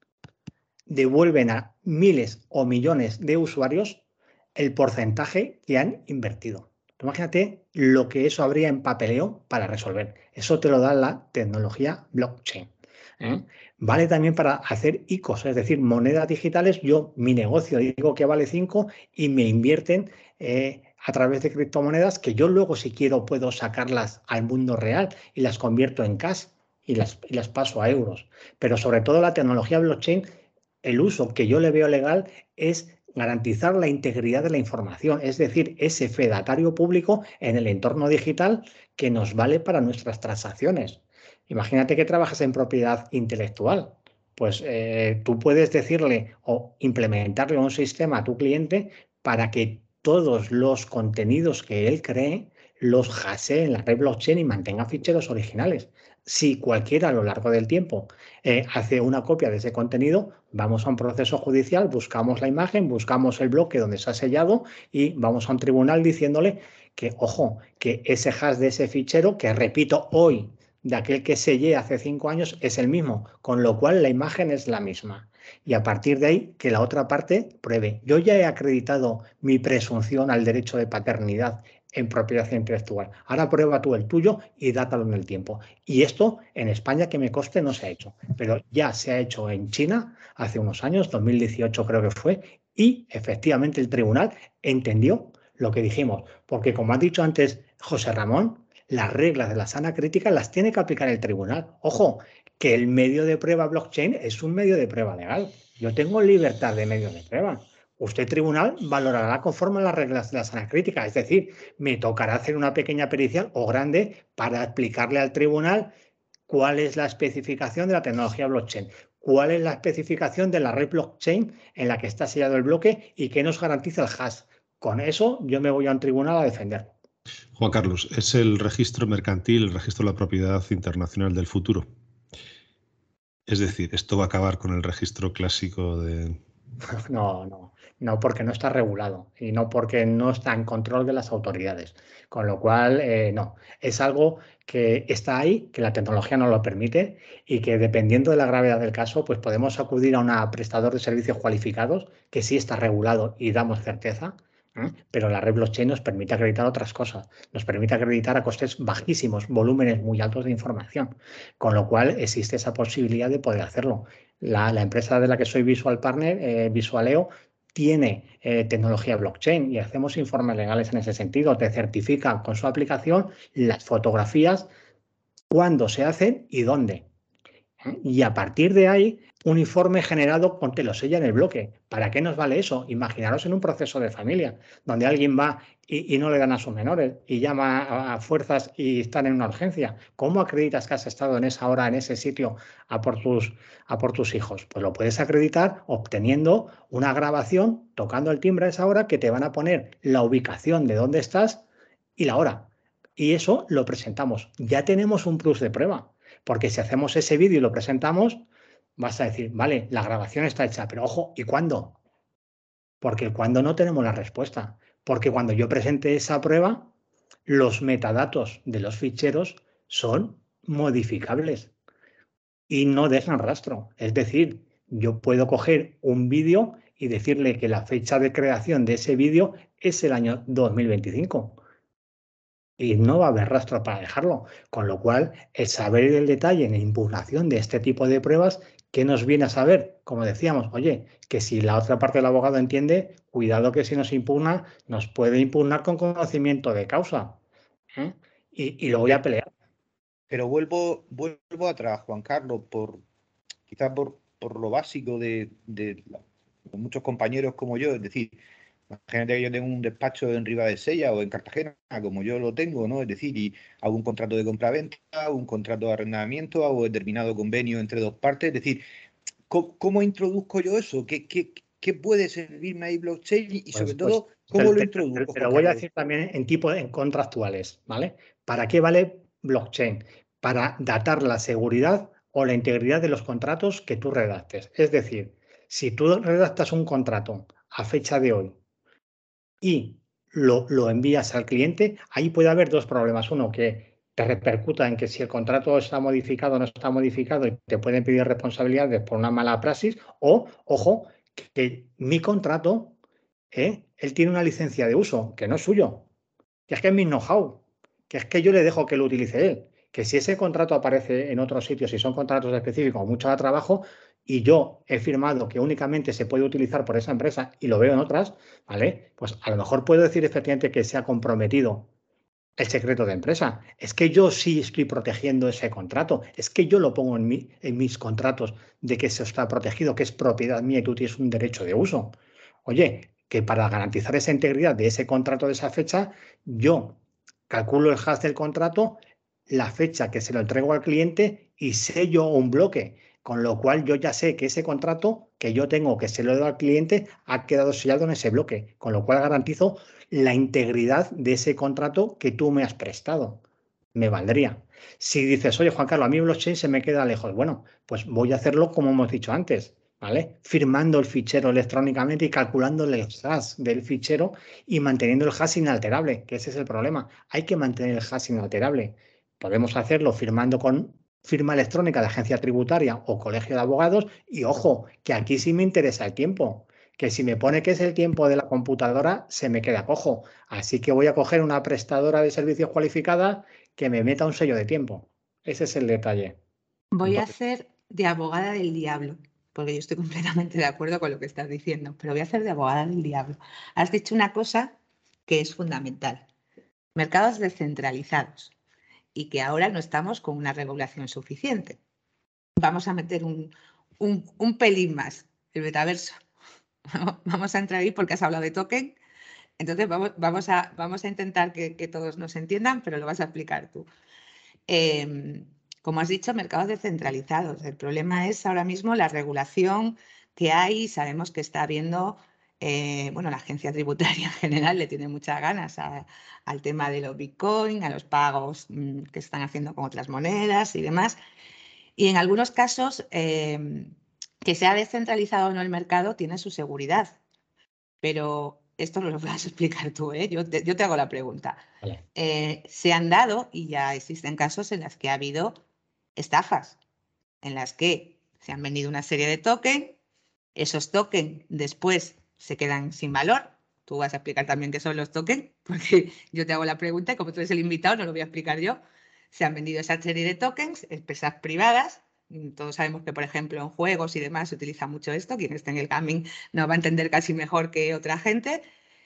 devuelven a miles o millones de usuarios el porcentaje que han invertido. Imagínate lo que eso habría en papeleo para resolver. Eso te lo da la tecnología blockchain. ¿eh? Vale también para hacer I C Os, es decir, monedas digitales. Yo, mi negocio, digo que vale cinco y me invierten eh, a través de criptomonedas que yo luego, si quiero, puedo sacarlas al mundo real y las convierto en cash y las, y las paso a euros. Pero sobre todo la tecnología blockchain, el uso que yo le veo legal es garantizar la integridad de la información, es decir, ese fedatario público en el entorno digital que nos vale para nuestras transacciones. Imagínate que trabajas en propiedad intelectual. Pues eh, tú puedes decirle o implementarle un sistema a tu cliente para que todos los contenidos que él cree los hashee en la red blockchain y mantenga ficheros originales. Si cualquiera a lo largo del tiempo eh, hace una copia de ese contenido, vamos a un proceso judicial, buscamos la imagen, buscamos el bloque donde se ha sellado y vamos a un tribunal diciéndole que, ojo, que ese hash de ese fichero, que repito hoy, de aquel que sellé hace cinco años, es el mismo, con lo cual la imagen es la misma. Y a partir de ahí, que la otra parte pruebe. Yo ya he acreditado mi presunción al derecho de paternidad en propiedad intelectual. Ahora prueba tú el tuyo y dátalo en el tiempo. Y esto en España, que me conste, no se ha hecho, pero ya se ha hecho en China hace unos años, dos mil dieciocho creo que fue, y efectivamente el tribunal entendió lo que dijimos, porque como ha dicho antes José Ramón, las reglas de la sana crítica las tiene que aplicar el tribunal. Ojo, que el medio de prueba blockchain es un medio de prueba legal. Yo tengo libertad de medio de prueba. Usted, tribunal, valorará conforme a las reglas de la sana crítica. Es decir, me tocará hacer una pequeña pericial o grande para explicarle al tribunal cuál es la especificación de la tecnología blockchain, cuál es la especificación de la red blockchain en la que está sellado el bloque y qué nos garantiza el hash. Con eso yo me voy a un tribunal a defender. Juan Carlos, ¿es el registro mercantil, el registro de la propiedad internacional del futuro? Es decir, ¿esto va a acabar con el registro clásico de...? No, no, no porque no está regulado y no porque no está en control de las autoridades. Con lo cual, eh, no, es algo que está ahí, que la tecnología nos lo permite y que dependiendo de la gravedad del caso, pues podemos acudir a un prestador de servicios cualificados que sí está regulado y damos certeza. ¿eh? Pero la red blockchain nos permite acreditar otras cosas, nos permite acreditar a costes bajísimos, volúmenes muy altos de información, con lo cual existe esa posibilidad de poder hacerlo. La, la empresa de la que soy Visual Partner, eh, Visualeo, tiene eh, tecnología blockchain y hacemos informes legales en ese sentido. Te certifican con su aplicación las fotografías, cuándo se hacen y dónde. ¿eh? Y a partir de ahí, un informe generado con te lo sella en el bloque. ¿Para qué nos vale eso? Imaginaros en un proceso de familia, donde alguien va y, y no le dan a sus menores y llama a, a fuerzas y están en una urgencia. ¿Cómo acreditas que has estado en esa hora, en ese sitio, a por tus, a por tus hijos? Pues lo puedes acreditar obteniendo una grabación, tocando el timbre a esa hora, que te van a poner la ubicación de dónde estás y la hora. Y eso lo presentamos. Ya tenemos un plus de prueba, porque si hacemos ese vídeo y lo presentamos, vas a decir, vale, la grabación está hecha, pero ojo, ¿y cuándo? Porque cuando no tenemos la respuesta. Porque cuando yo presente esa prueba, los metadatos de los ficheros son modificables y no dejan rastro. Es decir, yo puedo coger un vídeo y decirle que la fecha de creación de ese vídeo es el año dos mil veinticinco. Y no va a haber rastro para dejarlo. Con lo cual, el saber el detalle en la impugnación de este tipo de pruebas, ¿qué nos viene a saber? Como decíamos, oye, que si la otra parte del abogado entiende, cuidado que si nos impugna, nos puede impugnar con conocimiento de causa. ¿eh? Y, y lo voy a pelear. Pero vuelvo, vuelvo atrás, Juan Carlos, por quizás por, por lo básico de, de, de muchos compañeros como yo, es decir, imagínate que yo tengo un despacho en Ribadesella o en Cartagena, como yo lo tengo, ¿no? Es decir, y hago un contrato de compraventa, un contrato de arrendamiento, hago determinado convenio entre dos partes. Es decir, ¿cómo, cómo introduzco yo eso? ¿Qué, qué, qué puede servirme ahí blockchain? Y Pues, sobre pues, todo, ¿cómo te, lo introduzco? Te, te lo voy a decir también en tipo en contractuales, ¿vale? ¿Para qué vale blockchain? Para datar la seguridad o la integridad de los contratos que tú redactes. Es decir, si tú redactas un contrato a fecha de hoy y lo, lo envías al cliente, ahí puede haber dos problemas. Uno, que te repercuta en que si el contrato está modificado o no está modificado y te pueden pedir responsabilidades por una mala praxis, o, ojo, que, que mi contrato, ¿eh? Él tiene una licencia de uso que no es suyo, que es que es mi know-how, que es que yo le dejo que lo utilice él, que si ese contrato aparece en otros sitios, si son contratos específicos o mucho trabajo, y yo he firmado que únicamente se puede utilizar por esa empresa y lo veo en otras, ¿vale? Pues a lo mejor puedo decir efectivamente que se ha comprometido el secreto de empresa. Es que yo sí estoy protegiendo ese contrato. Es que yo lo pongo en, mi, en mis contratos de que eso está protegido, que es propiedad mía y tú tienes un derecho de uso. Oye, que para garantizar esa integridad de ese contrato de esa fecha, yo calculo el hash del contrato, la fecha que se lo entrego al cliente y sello un bloque. Con lo cual yo ya sé que ese contrato que yo tengo, que se lo doy al cliente, ha quedado sellado en ese bloque. Con lo cual garantizo la integridad de ese contrato que tú me has prestado. Me valdría. Si dices, oye, Juan Carlos, a mí blockchain se me queda lejos. Bueno, pues voy a hacerlo como hemos dicho antes, ¿vale? Firmando el fichero electrónicamente y calculando el hash del fichero y manteniendo el hash inalterable, que ese es el problema. Hay que mantener el hash inalterable. Podemos hacerlo firmando con firma electrónica de agencia tributaria o colegio de abogados y, ojo, que aquí sí me interesa el tiempo. Que si me pone que es el tiempo de la computadora, se me queda cojo. Así que voy a coger una prestadora de servicios cualificada que me meta un sello de tiempo. Ese es el detalle. Voy Entonces, a hacer de abogada del diablo, porque yo estoy completamente de acuerdo con lo que estás diciendo, pero voy a hacer de abogada del diablo. Has dicho una cosa que es fundamental. Mercados descentralizados y que ahora no estamos con una regulación suficiente. Vamos a meter un, un, un pelín más, el metaverso. Vamos a entrar ahí porque has hablado de token. Entonces vamos, vamos, a, vamos a intentar que, que todos nos entiendan, pero lo vas a explicar tú. Eh, como has dicho, mercados descentralizados. El problema es ahora mismo la regulación que hay. Sabemos que está habiendo, eh, bueno, la agencia tributaria en general le tiene muchas ganas a, al tema de los Bitcoin, a los pagos mmm, que están haciendo con otras monedas y demás. Y en algunos casos, eh, que sea descentralizado o no el mercado, tiene su seguridad. Pero esto no lo vas a explicar tú, ¿eh? Yo te, yo te hago la pregunta. Vale. Eh, se han dado, y ya existen casos en los que ha habido estafas, en las que se han vendido una serie de tokens, esos tokens después se quedan sin valor. Tú vas a explicar también qué son los tokens, porque yo te hago la pregunta y como tú eres el invitado, no lo voy a explicar yo. Se han vendido esa serie de tokens, empresas privadas. Todos sabemos que, por ejemplo, en juegos y demás se utiliza mucho esto. Quien esté en el gaming nos va a entender casi mejor que otra gente.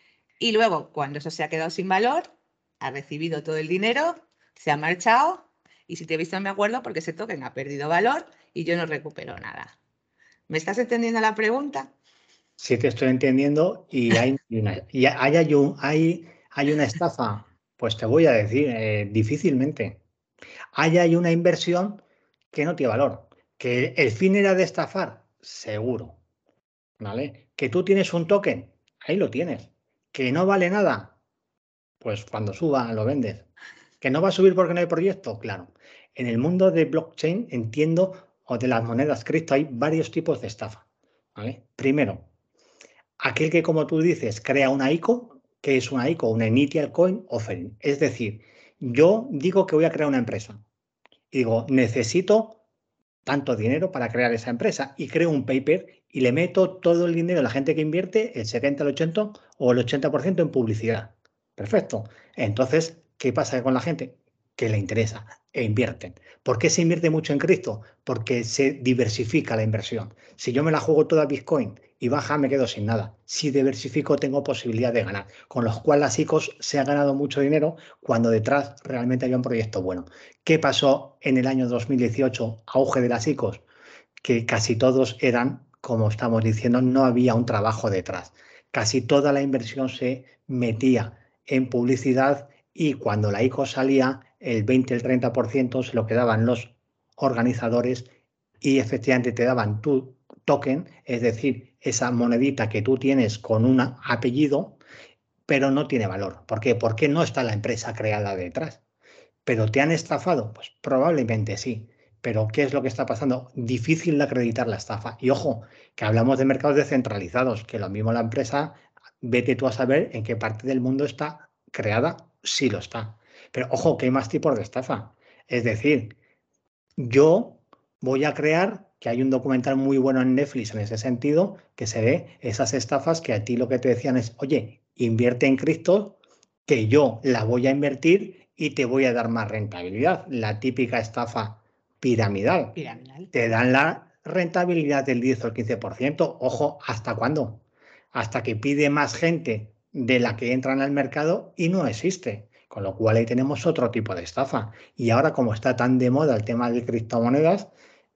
Y luego, cuando eso se ha quedado sin valor, ha recibido todo el dinero, se ha marchado y si te he visto me acuerdo porque ese token ha perdido valor y yo no recupero nada. ¿Me estás entendiendo la pregunta? Sí, te estoy entendiendo y hay una, y hay, hay, un, hay, hay una estafa. Pues te voy a decir, eh, difícilmente. Hay, hay una inversión que no tiene valor. Que el fin era de estafar, seguro. ¿Vale? Que tú tienes un token, ahí lo tienes. Que no vale nada, pues cuando suba lo vendes. Que no va a subir porque no hay proyecto, claro. En el mundo de blockchain entiendo, o de las monedas cripto, hay varios tipos de estafa. ¿Vale? Primero, aquel que, como tú dices, crea una I C O, que es una I C O, una Initial Coin Offering. Es decir, yo digo que voy a crear una empresa. Y digo, necesito tanto dinero para crear esa empresa y creo un paper y le meto todo el dinero a la gente que invierte, el setenta, el ochenta o el ochenta por ciento en publicidad. Perfecto. Entonces, ¿qué pasa con la gente? Que le interesa e invierten. ¿Por qué se invierte mucho en cripto? Porque se diversifica la inversión. Si yo me la juego toda Bitcoin y baja, me quedo sin nada. Si diversifico, tengo posibilidad de ganar. Con los cuales las I C Os se ha ganado mucho dinero cuando detrás realmente había un proyecto bueno. ¿Qué pasó en el año dos mil dieciocho? Auge de las I C Os. Que casi todos eran, como estamos diciendo, no había un trabajo detrás. Casi toda la inversión se metía en publicidad y cuando la I C O salía, el veinte, el treinta por ciento se lo quedaban los organizadores y efectivamente te daban tu token, es decir, esa monedita que tú tienes con un apellido, pero no tiene valor. ¿Por qué? Porque no está la empresa creada detrás. ¿Pero te han estafado? Pues probablemente sí. Pero ¿qué es lo que está pasando? Difícil de acreditar la estafa. Y ojo, que hablamos de mercados descentralizados, que lo mismo la empresa, vete tú a saber en qué parte del mundo está creada, sí lo está. Pero ojo, que hay más tipos de estafa. Es decir, yo voy a crear, que hay un documental muy bueno en Netflix en ese sentido, que se ve esas estafas que a ti lo que te decían es, oye, invierte en cripto, que yo la voy a invertir y te voy a dar más rentabilidad. La típica estafa piramidal. Piramidal. Te dan la rentabilidad del diez o el quince por ciento. Ojo, ¿hasta cuándo? Hasta que pide más gente de la que entran al mercado y no existe. Con lo cual ahí tenemos otro tipo de estafa. Y ahora, como está tan de moda el tema de criptomonedas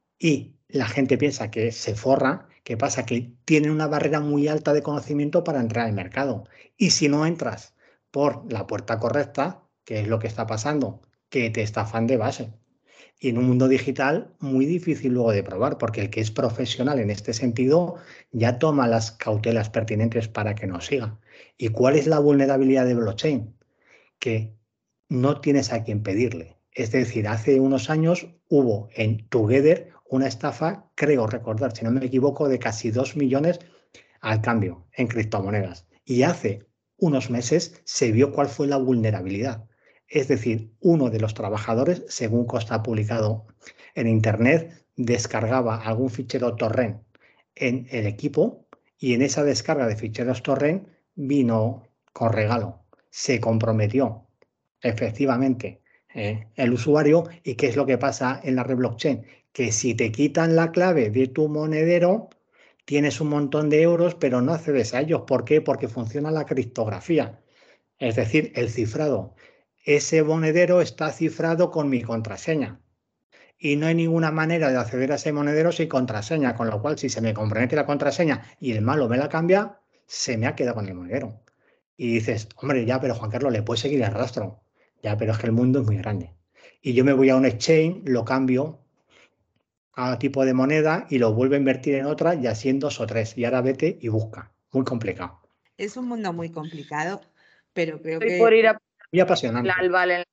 y la gente piensa que se forra, ¿qué pasa? Que tienen una barrera muy alta de conocimiento para entrar al mercado. Y si no entras por la puerta correcta, ¿qué es lo que está pasando? Que te estafan de base. Y en un mundo digital muy difícil luego de probar, porque el que es profesional en este sentido ya toma las cautelas pertinentes para que no siga. ¿Y cuál es la vulnerabilidad de blockchain? Que no tienes a quien pedirle. Es decir, hace unos años hubo en Together una estafa, creo recordar, si no me equivoco, de casi dos millones al cambio en criptomonedas. Y hace unos meses se vio cuál fue la vulnerabilidad. Es decir, uno de los trabajadores, según consta publicado en Internet, descargaba algún fichero torrent en el equipo y en esa descarga de ficheros torrent vino con regalo. Se comprometió efectivamente eh, el usuario. ¿Y qué es lo que pasa en la red blockchain? Que si te quitan la clave de tu monedero, tienes un montón de euros, pero no accedes a ellos. ¿Por qué? Porque funciona la criptografía. Es decir, el cifrado. Ese monedero está cifrado con mi contraseña. Y no hay ninguna manera de acceder a ese monedero sin contraseña. Con lo cual, si se me compromete la contraseña y el malo me la cambia, se me ha quedado con el monedero. Y dices, hombre, ya, pero Juan Carlos, le puedes seguir el rastro. Ya, pero es que el mundo es muy grande. Y yo me voy a un exchange, lo cambio a tipo de moneda y lo vuelvo a invertir en otra y así en dos o tres. Y ahora vete y busca. Muy complicado. Es un mundo muy complicado, pero creo Estoy que... por ir a Muy apasionante. el albal en la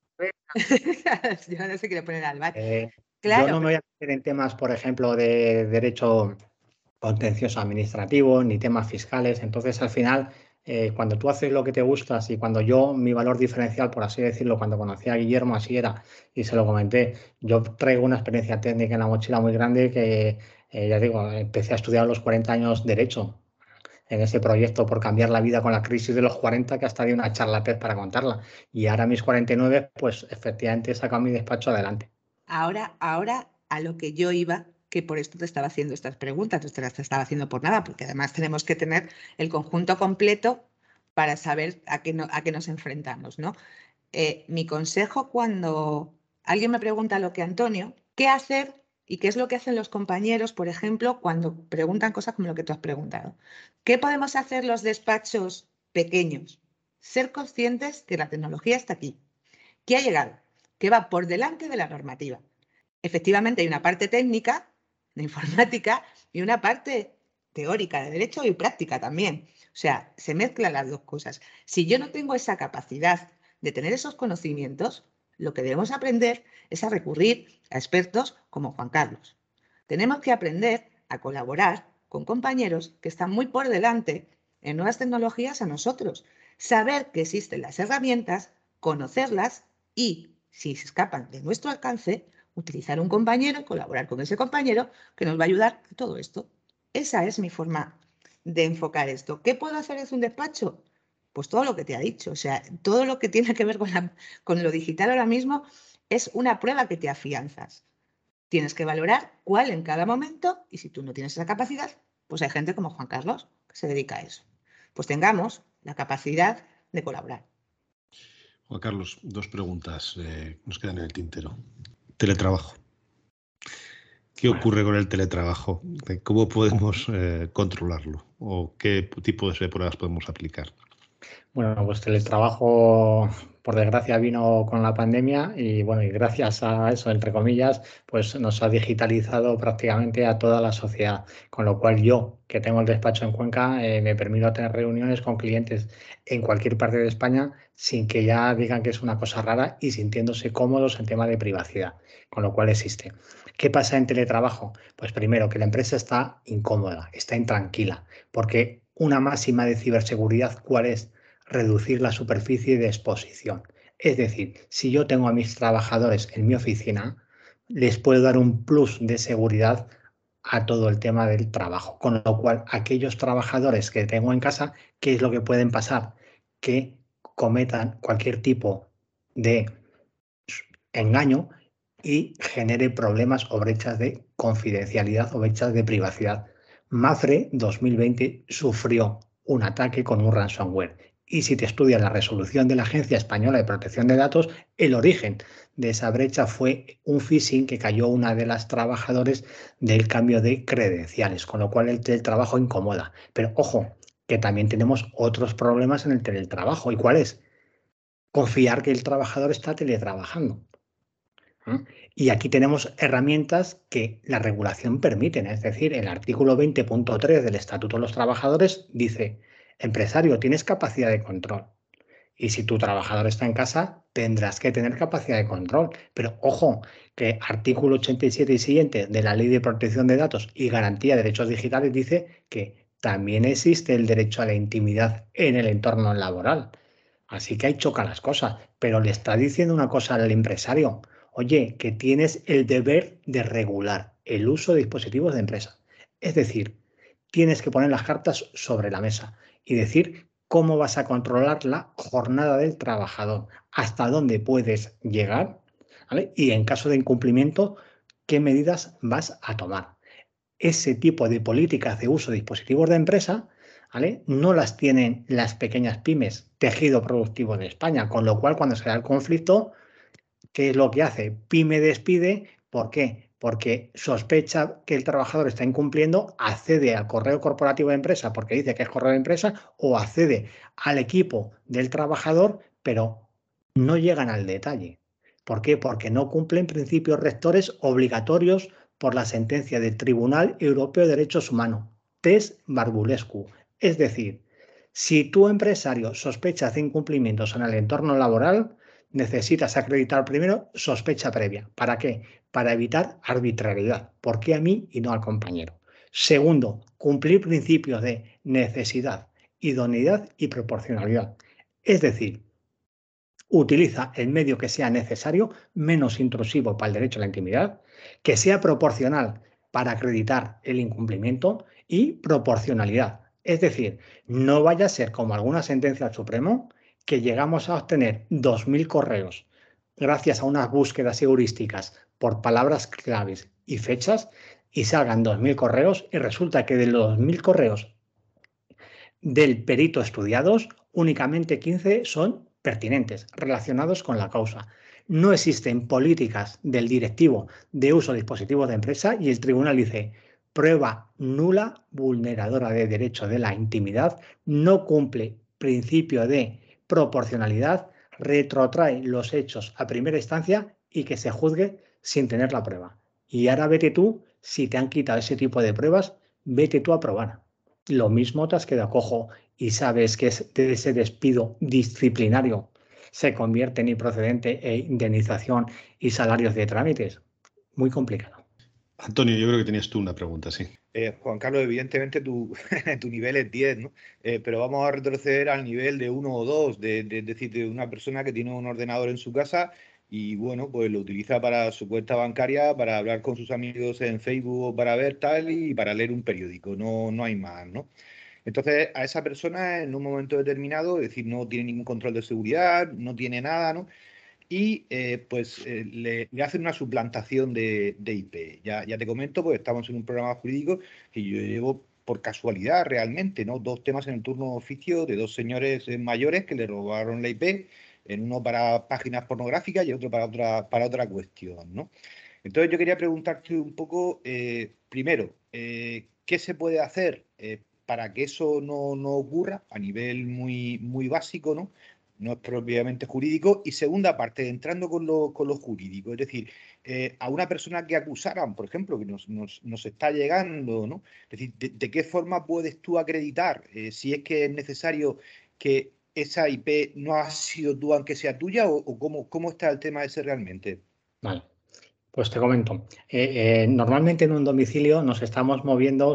cabeza. Yo no se quiere poner al bar. Eh, Claro, yo no me voy a meter en temas, por ejemplo, de derecho contencioso administrativo ni temas fiscales. Entonces, al final, eh, cuando tú haces lo que te gustas y cuando yo, mi valor diferencial, por así decirlo, cuando conocí a Guillermo, así era, y se lo comenté, yo traigo una experiencia técnica en la mochila muy grande que, eh, ya digo, empecé a estudiar a los cuarenta años Derecho en ese proyecto por cambiar la vida con la crisis de los cuarenta, que hasta di una charla TED para contarla. Y ahora a mis cuarenta y nueve, pues efectivamente he sacado mi despacho adelante. ahora, ahora a lo que yo iba, que por esto te estaba haciendo estas preguntas, no te las estaba haciendo por nada, porque además tenemos que tener el conjunto completo para saber a qué, no, a qué nos enfrentamos, ¿no? Eh, mi consejo cuando alguien me pregunta lo que Antonio, ¿qué hacer y qué es lo que hacen los compañeros, por ejemplo, cuando preguntan cosas como lo que tú has preguntado? ¿Qué podemos hacer los despachos pequeños? Ser conscientes que la tecnología está aquí, que ha llegado, que va por delante de la normativa. Efectivamente, hay una parte técnica de informática y una parte teórica de derecho y práctica también. O sea, se mezclan las dos cosas. Si yo no tengo esa capacidad de tener esos conocimientos, lo que debemos aprender es a recurrir a expertos como Juan Carlos. Tenemos que aprender a colaborar con compañeros que están muy por delante en nuevas tecnologías a nosotros. Saber que existen las herramientas, conocerlas y, si se escapan de nuestro alcance, utilizar un compañero y colaborar con ese compañero que nos va a ayudar en todo esto. Esa es mi forma de enfocar esto. ¿Qué puedo hacer desde un despacho? Pues todo lo que te ha dicho. O sea, todo lo que tiene que ver con, la, con lo digital ahora mismo es una prueba que te afianzas. Tienes que valorar cuál en cada momento, y si tú no tienes esa capacidad, pues hay gente como Juan Carlos que se dedica a eso. Pues tengamos la capacidad de colaborar. Juan Carlos, dos preguntas eh, nos quedan en el tintero. Teletrabajo. ¿Qué ocurre con el teletrabajo? ¿Cómo podemos eh, controlarlo? ¿O qué tipo de pruebas podemos aplicar? Bueno, pues teletrabajo, por desgracia, vino con la pandemia y bueno, y gracias a eso, entre comillas, pues nos ha digitalizado prácticamente a toda la sociedad. Con lo cual yo, que tengo el despacho en Cuenca, eh, me permito tener reuniones con clientes en cualquier parte de España sin que ya digan que es una cosa rara y sintiéndose cómodos en tema de privacidad, con lo cual existe. ¿Qué pasa en teletrabajo? Pues primero, que la empresa está incómoda, está intranquila, porque una máxima de ciberseguridad, ¿cuál es? Reducir la superficie de exposición. Es decir, si yo tengo a mis trabajadores en mi oficina, les puedo dar un plus de seguridad a todo el tema del trabajo. Con lo cual, aquellos trabajadores que tengo en casa, ¿qué es lo que pueden pasar? Que cometan cualquier tipo de engaño y genere problemas o brechas de confidencialidad o brechas de privacidad. Mapfre dos mil veinte sufrió un ataque con un ransomware. Y si te estudias la resolución de la Agencia Española de Protección de Datos, el origen de esa brecha fue un phishing que cayó una de las trabajadores del cambio de credenciales, con lo cual el teletrabajo incomoda. Pero ojo, que también tenemos otros problemas en el teletrabajo. ¿Y cuál es? Confiar que el trabajador está teletrabajando. ¿eh? Y aquí tenemos herramientas que la regulación permite, es decir, el artículo veinte punto tres del Estatuto de los Trabajadores dice, empresario, tienes capacidad de control. Y si tu trabajador está en casa, tendrás que tener capacidad de control. Pero ojo, que artículo ochenta y siete y siguiente de la Ley de Protección de Datos y Garantía de Derechos Digitales dice que también existe el derecho a la intimidad en el entorno laboral. Así que ahí chocan las cosas. Pero le está diciendo una cosa al empresario. Oye, que tienes el deber de regular el uso de dispositivos de empresa. Es decir, tienes que poner las cartas sobre la mesa y decir cómo vas a controlar la jornada del trabajador, hasta dónde puedes llegar, ¿vale? Y en caso de incumplimiento, qué medidas vas a tomar. Ese tipo de políticas de uso de dispositivos de empresa, ¿vale? No las tienen las pequeñas pymes, tejido productivo de España, con lo cual cuando se da el conflicto, ¿qué es lo que hace? Pyme despide, ¿por qué? Porque sospecha que el trabajador está incumpliendo, accede al correo corporativo de empresa porque dice que es correo de empresa o accede al equipo del trabajador, pero no llegan al detalle. ¿Por qué? Porque no cumplen principios rectores obligatorios por la sentencia del Tribunal Europeo de Derechos Humanos, Test Barbulescu. Es decir, si tu empresario sospechas de incumplimientos en el entorno laboral, necesitas acreditar primero sospecha previa. ¿Para qué? Para evitar arbitrariedad. ¿Por qué a mí y no al compañero? Segundo, cumplir principios de necesidad, idoneidad y proporcionalidad. Es decir, utiliza el medio que sea necesario, menos intrusivo para el derecho a la intimidad, que sea proporcional para acreditar el incumplimiento y proporcionalidad. Es decir, no vaya a ser como alguna sentencia del Supremo que llegamos a obtener dos mil correos gracias a unas búsquedas heurísticas por palabras claves y fechas y salgan dos mil correos y resulta que de los dos mil correos del perito estudiados, únicamente quince son pertinentes, relacionados con la causa. No existen políticas del directivo de uso de dispositivos de empresa y el tribunal dice prueba nula, vulneradora de derecho de la intimidad, no cumple principio de proporcionalidad, retrotrae los hechos a primera instancia y que se juzgue sin tener la prueba. Y ahora vete tú, si te han quitado ese tipo de pruebas, vete tú a probar. Lo mismo te has quedado cojo y sabes que ese despido disciplinario se convierte en improcedente e indemnización y salarios de trámites. Muy complicado. Antonio, yo creo que tenías tú una pregunta, sí. Eh, Juan Carlos, evidentemente tu, tu nivel es diez, ¿no? Eh, pero vamos a retroceder al nivel de uno o dos, de, de, de decir, de una persona que tiene un ordenador en su casa y, bueno, pues lo utiliza para su cuenta bancaria, para hablar con sus amigos en Facebook o para ver tal y para leer un periódico, no, no hay más, ¿no? Entonces, a esa persona en un momento determinado, es decir, no tiene ningún control de seguridad, no tiene nada, ¿no? Y eh, pues eh, le, le hacen una suplantación de, de I P. Ya, ya te comento, pues estamos en un programa jurídico que yo llevo por casualidad realmente, ¿no? Dos temas en el turno de oficio de dos señores mayores que le robaron la I P, en uno para páginas pornográficas y otro para otra, para otra cuestión, ¿no? Entonces yo quería preguntarte un poco, eh, primero, eh, ¿qué se puede hacer eh, para que eso no, no ocurra a nivel muy, muy básico, ¿no? No es propiamente jurídico. Y segunda parte, entrando con lo, con lo jurídico, es decir, eh, a una persona que acusaran, por ejemplo, que nos, nos, nos está llegando, ¿no? Es decir, ¿de, de qué forma puedes tú acreditar eh, si es que es necesario que esa I P no ha sido tú aunque sea tuya o, o cómo, cómo está el tema ese realmente? Vale. Pues te comento, eh, eh, normalmente en un domicilio nos estamos moviendo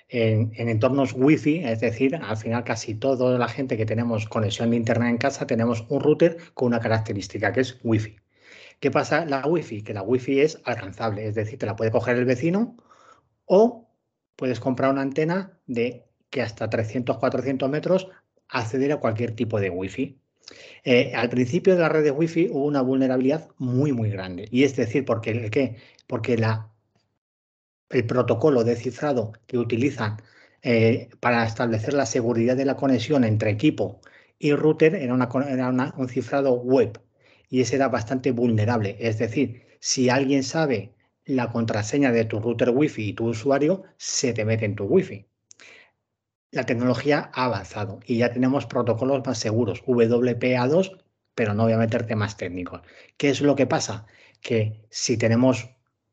en, en entornos Wi-Fi, es decir, al final casi toda la gente que tenemos conexión de internet en casa tenemos un router con una característica que es Wi-Fi. ¿Qué pasa la Wi-Fi? Que la Wi-Fi es alcanzable, es decir, te la puede coger el vecino o puedes comprar una antena de que hasta trescientos, cuatrocientos metros acceder a cualquier tipo de Wi-Fi. Eh, al principio de la red de Wi-Fi hubo una vulnerabilidad muy, muy grande. Y es decir, porque, ¿qué? Porque la, el protocolo de cifrado que utilizan eh, para establecer la seguridad de la conexión entre equipo y router era, una, era una, un cifrado web. Y ese era bastante vulnerable. Es decir, si alguien sabe la contraseña de tu router Wi-Fi y tu usuario, se te mete en tu Wi-Fi. La tecnología ha avanzado y ya tenemos protocolos más seguros, W P A dos, pero no voy a meterte más técnicos. ¿Qué es lo que pasa? Que si tenemos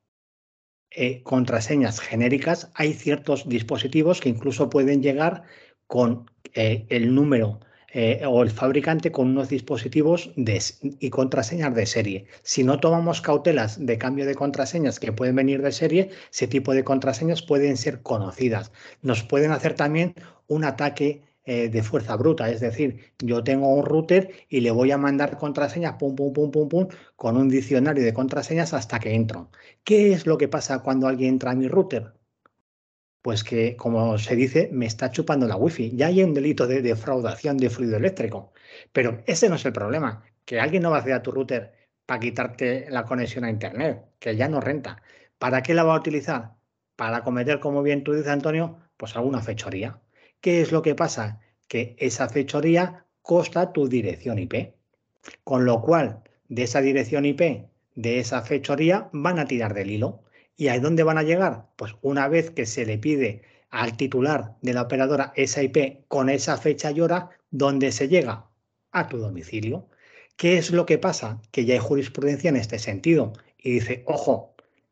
eh, contraseñas genéricas, hay ciertos dispositivos que incluso pueden llegar con eh, el número eh, o el fabricante con unos dispositivos de, y contraseñas de serie. Si no tomamos cautelas de cambio de contraseñas que pueden venir de serie, ese tipo de contraseñas pueden ser conocidas. Nos pueden hacer también un ataque eh, de fuerza bruta, es decir, yo tengo un router y le voy a mandar contraseñas pum, pum, pum, pum, pum, con un diccionario de contraseñas hasta que entro. ¿Qué es lo que pasa cuando alguien entra a mi router? Pues que, como se dice, me está chupando la Wi-Fi. Ya hay un delito de defraudación de fluido eléctrico. Pero ese no es el problema, que alguien no va a acceder a tu router para quitarte la conexión a Internet, que ya no renta. ¿Para qué la va a utilizar? Para cometer, como bien tú dices, Antonio, pues alguna fechoría. ¿Qué es lo que pasa? Que esa fechoría costa tu dirección I P. Con lo cual, de esa dirección I P, de esa fechoría, van a tirar del hilo. ¿Y a dónde van a llegar? Pues una vez que se le pide al titular de la operadora esa I P con esa fecha y hora, ¿dónde se llega? A tu domicilio. ¿Qué es lo que pasa? Que ya hay jurisprudencia en este sentido. Y dice, ojo,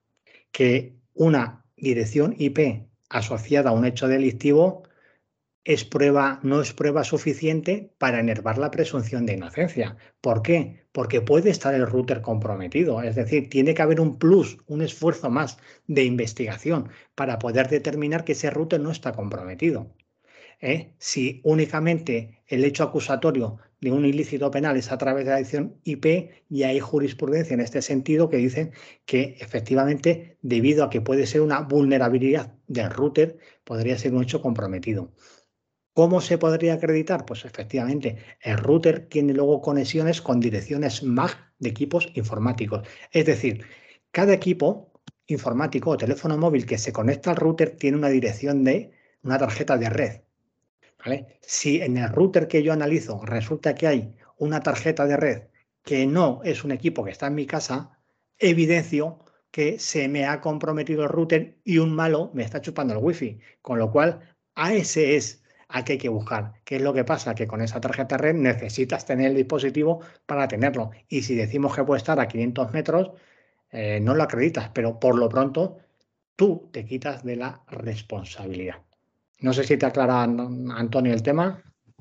que una dirección I P asociada a un hecho delictivo es prueba, no es prueba suficiente para enervar la presunción de inocencia. ¿Por qué? Porque puede estar el router comprometido. Es decir, tiene que haber un plus, un esfuerzo más de investigación para poder determinar que ese router no está comprometido. ¿Eh? Si únicamente el hecho acusatorio de un ilícito penal es a través de la dirección I P, y hay jurisprudencia en este sentido que dicen que efectivamente, debido a que puede ser una vulnerabilidad del router, podría ser un hecho comprometido. ¿Cómo se podría acreditar? Pues efectivamente, el router tiene luego conexiones con direcciones M A C de equipos informáticos. Es decir, cada equipo informático o teléfono móvil que se conecta al router tiene una dirección de una tarjeta de red. ¿Vale? Si en el router que yo analizo resulta que hay una tarjeta de red que no es un equipo que está en mi casa, evidencio que se me ha comprometido el router y un malo me está chupando el wifi. Con lo cual, a ese es a qué hay que buscar. ¿Qué es lo que pasa? Que con esa tarjeta red necesitas tener el dispositivo para tenerlo. Y si decimos que puede estar a quinientos metros, eh, no lo acreditas, pero por lo pronto tú te quitas de la responsabilidad. No sé si te aclara, Antonio, el tema.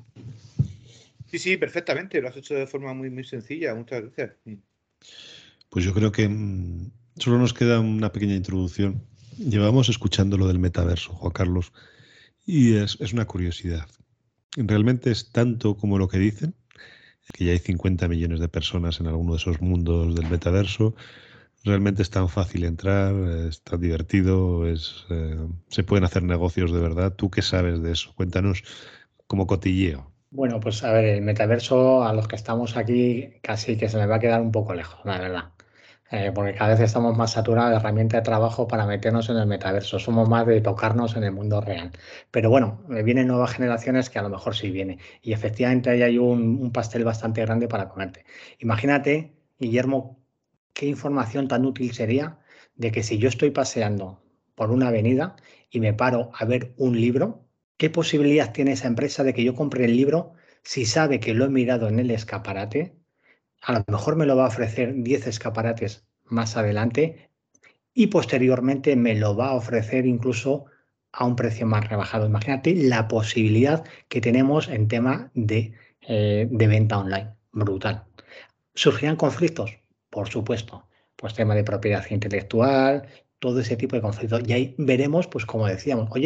Sí, sí, perfectamente. Lo has hecho de forma muy, muy sencilla. Muchas gracias. Pues yo creo que mmm, solo nos queda una pequeña introducción. Llevamos escuchando lo del metaverso, Juan Carlos, y es, es una curiosidad. Realmente es tanto como lo que dicen, que ya hay cincuenta millones de personas en alguno de esos mundos del metaverso. Realmente es tan fácil entrar, es tan divertido, es, eh, se pueden hacer negocios de verdad. ¿Tú qué sabes de eso? Cuéntanos como cotilleo. Bueno, pues a ver, el metaverso a los que estamos aquí casi que se me va a quedar un poco lejos, la verdad. Eh, porque cada vez estamos más saturados de herramientas de trabajo para meternos en el metaverso. Somos más de tocarnos en el mundo real. Pero bueno, vienen nuevas generaciones que a lo mejor sí viene. Y efectivamente ahí hay un, un pastel bastante grande para comerte. Imagínate, Guillermo, qué información tan útil sería de que si yo estoy paseando por una avenida y me paro a ver un libro, ¿qué posibilidad tiene esa empresa de que yo compre el libro si sabe que lo he mirado en el escaparate? A lo mejor me lo va a ofrecer diez escaparates más adelante y posteriormente me lo va a ofrecer incluso a un precio más rebajado. Imagínate la posibilidad que tenemos en tema de, eh, de venta online. Brutal. ¿Surgirán conflictos? Por supuesto. Pues tema de propiedad intelectual, todo ese tipo de conflictos. Y ahí veremos, pues como decíamos, oye,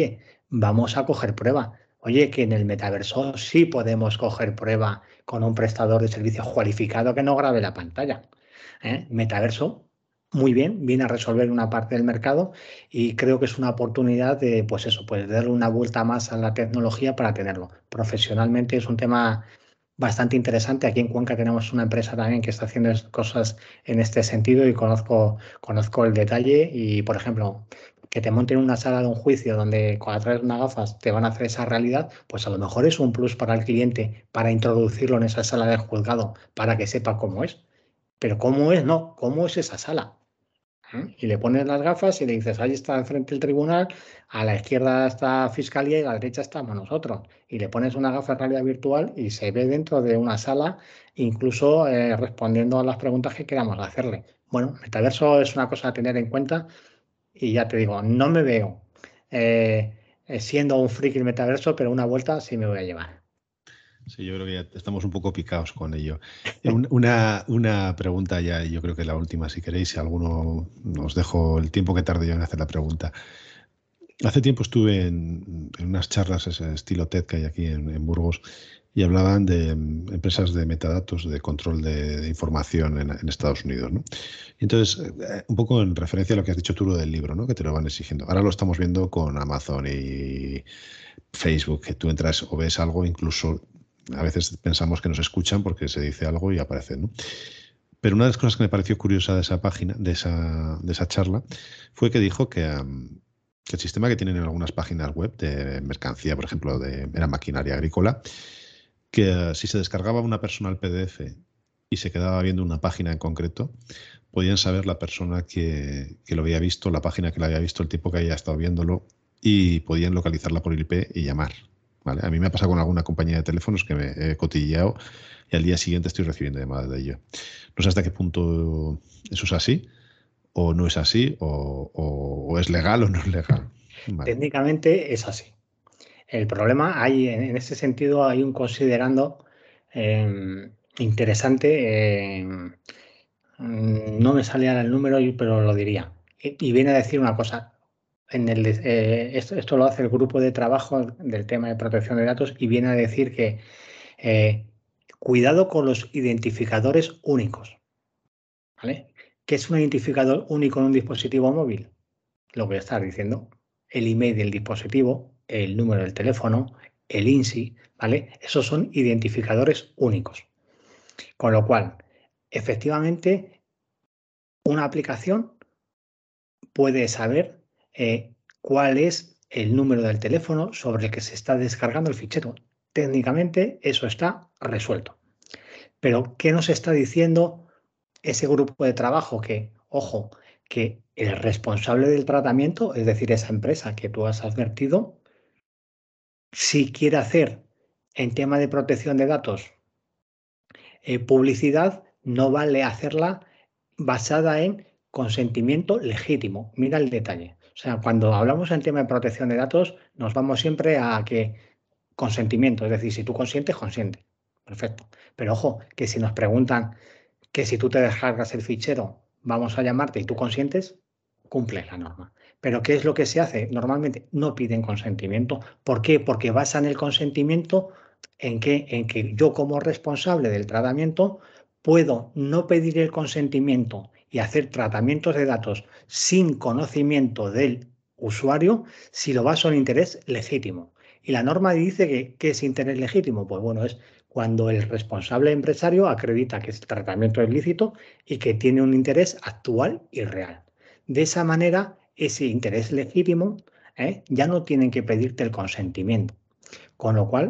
vamos a coger prueba. Oye, que en el metaverso sí podemos coger prueba con un prestador de servicios cualificado que no grabe la pantalla. ¿Eh? Metaverso, muy bien, viene a resolver una parte del mercado y creo que es una oportunidad de, pues eso, pues darle una vuelta más a la tecnología para tenerlo. Profesionalmente es un tema bastante interesante. Aquí en Cuenca tenemos una empresa también que está haciendo cosas en este sentido y conozco, conozco el detalle y, por ejemplo, que te monten una sala de un juicio donde a través de unas gafas te van a hacer esa realidad, pues a lo mejor es un plus para el cliente para introducirlo en esa sala del juzgado para que sepa cómo es. Pero cómo es, no, cómo es esa sala. ¿Eh? Y le pones las gafas y le dices, ahí está enfrente el tribunal, a la izquierda está Fiscalía y a la derecha estamos nosotros. Y le pones una gafa de realidad virtual y se ve dentro de una sala, incluso eh, respondiendo a las preguntas que queramos hacerle. Bueno, metaverso es una cosa a tener en cuenta y ya te digo, no me veo eh, siendo un friki el metaverso, pero una vuelta sí me voy a llevar. Sí, yo creo que ya estamos un poco picados con ello. Una, una pregunta ya, y yo creo que la última, si queréis, si alguno os dejo el tiempo que tarde yo en hacer la pregunta. Hace tiempo estuve en, en unas charlas, ese estilo TED que hay aquí en, en Burgos, y hablaban de um, empresas de metadatos, de control de, de información en, en Estados Unidos, ¿no? Y entonces, eh, un poco en referencia a lo que has dicho tú, lo del libro, ¿no? Que te lo van exigiendo. Ahora lo estamos viendo con Amazon y Facebook, que tú entras o ves algo, incluso a veces pensamos que nos escuchan porque se dice algo y aparece, ¿no? Pero una de las cosas que me pareció curiosa de esa página, de esa, de esa charla, fue que dijo que, um, que el sistema que tienen en algunas páginas web de mercancía, por ejemplo, de era maquinaria agrícola, que uh, si se descargaba una persona el P D F y se quedaba viendo una página en concreto, podían saber la persona que, que lo había visto, la página que lo había visto, el tiempo que había estado viéndolo, y podían localizarla por I P y llamar. ¿Vale? A mí me ha pasado con alguna compañía de teléfonos que me he cotilleado y al día siguiente estoy recibiendo llamadas de ello. No sé hasta qué punto eso es así, o no es así, o, o, o es legal o no es legal. Vale. Técnicamente es así. El problema hay, en ese sentido, hay un considerando eh, interesante. Eh, no me sale ahora el número, pero lo diría. Y, y viene a decir una cosa. En el, eh, esto, esto lo hace el grupo de trabajo del tema de protección de datos y viene a decir que eh, cuidado con los identificadores únicos. ¿Vale? ¿Qué es un identificador único en un dispositivo móvil? Lo voy a estar diciendo. El email del dispositivo, el número del teléfono, el I N S I, ¿vale? Esos son identificadores únicos. Con lo cual, efectivamente, una aplicación puede saber eh, cuál es el número del teléfono sobre el que se está descargando el fichero. Técnicamente eso está resuelto. Pero, ¿qué nos está diciendo ese grupo de trabajo? Que, ojo, que el responsable del tratamiento, es decir, esa empresa que tú has advertido, si quiere hacer en tema de protección de datos eh, publicidad, no vale hacerla basada en consentimiento legítimo. Mira el detalle. O sea, cuando hablamos en tema de protección de datos, nos vamos siempre a que consentimiento, es decir, si tú consientes, consiente. Perfecto. Pero ojo, que si nos preguntan que si tú te descargas el fichero, vamos a llamarte y tú consientes, cumples la norma. Pero ¿qué es lo que se hace? Normalmente no piden consentimiento. ¿Por qué? Porque basan el consentimiento en que, en que yo como responsable del tratamiento puedo no pedir el consentimiento y hacer tratamientos de datos sin conocimiento del usuario si lo baso en interés legítimo. Y la norma dice que ¿qué es interés legítimo? Pues bueno, es cuando el responsable empresario acredita que el tratamiento es lícito y que tiene un interés actual y real. De esa manera, ese interés legítimo ¿eh? ya no tienen que pedirte el consentimiento. Con lo cual,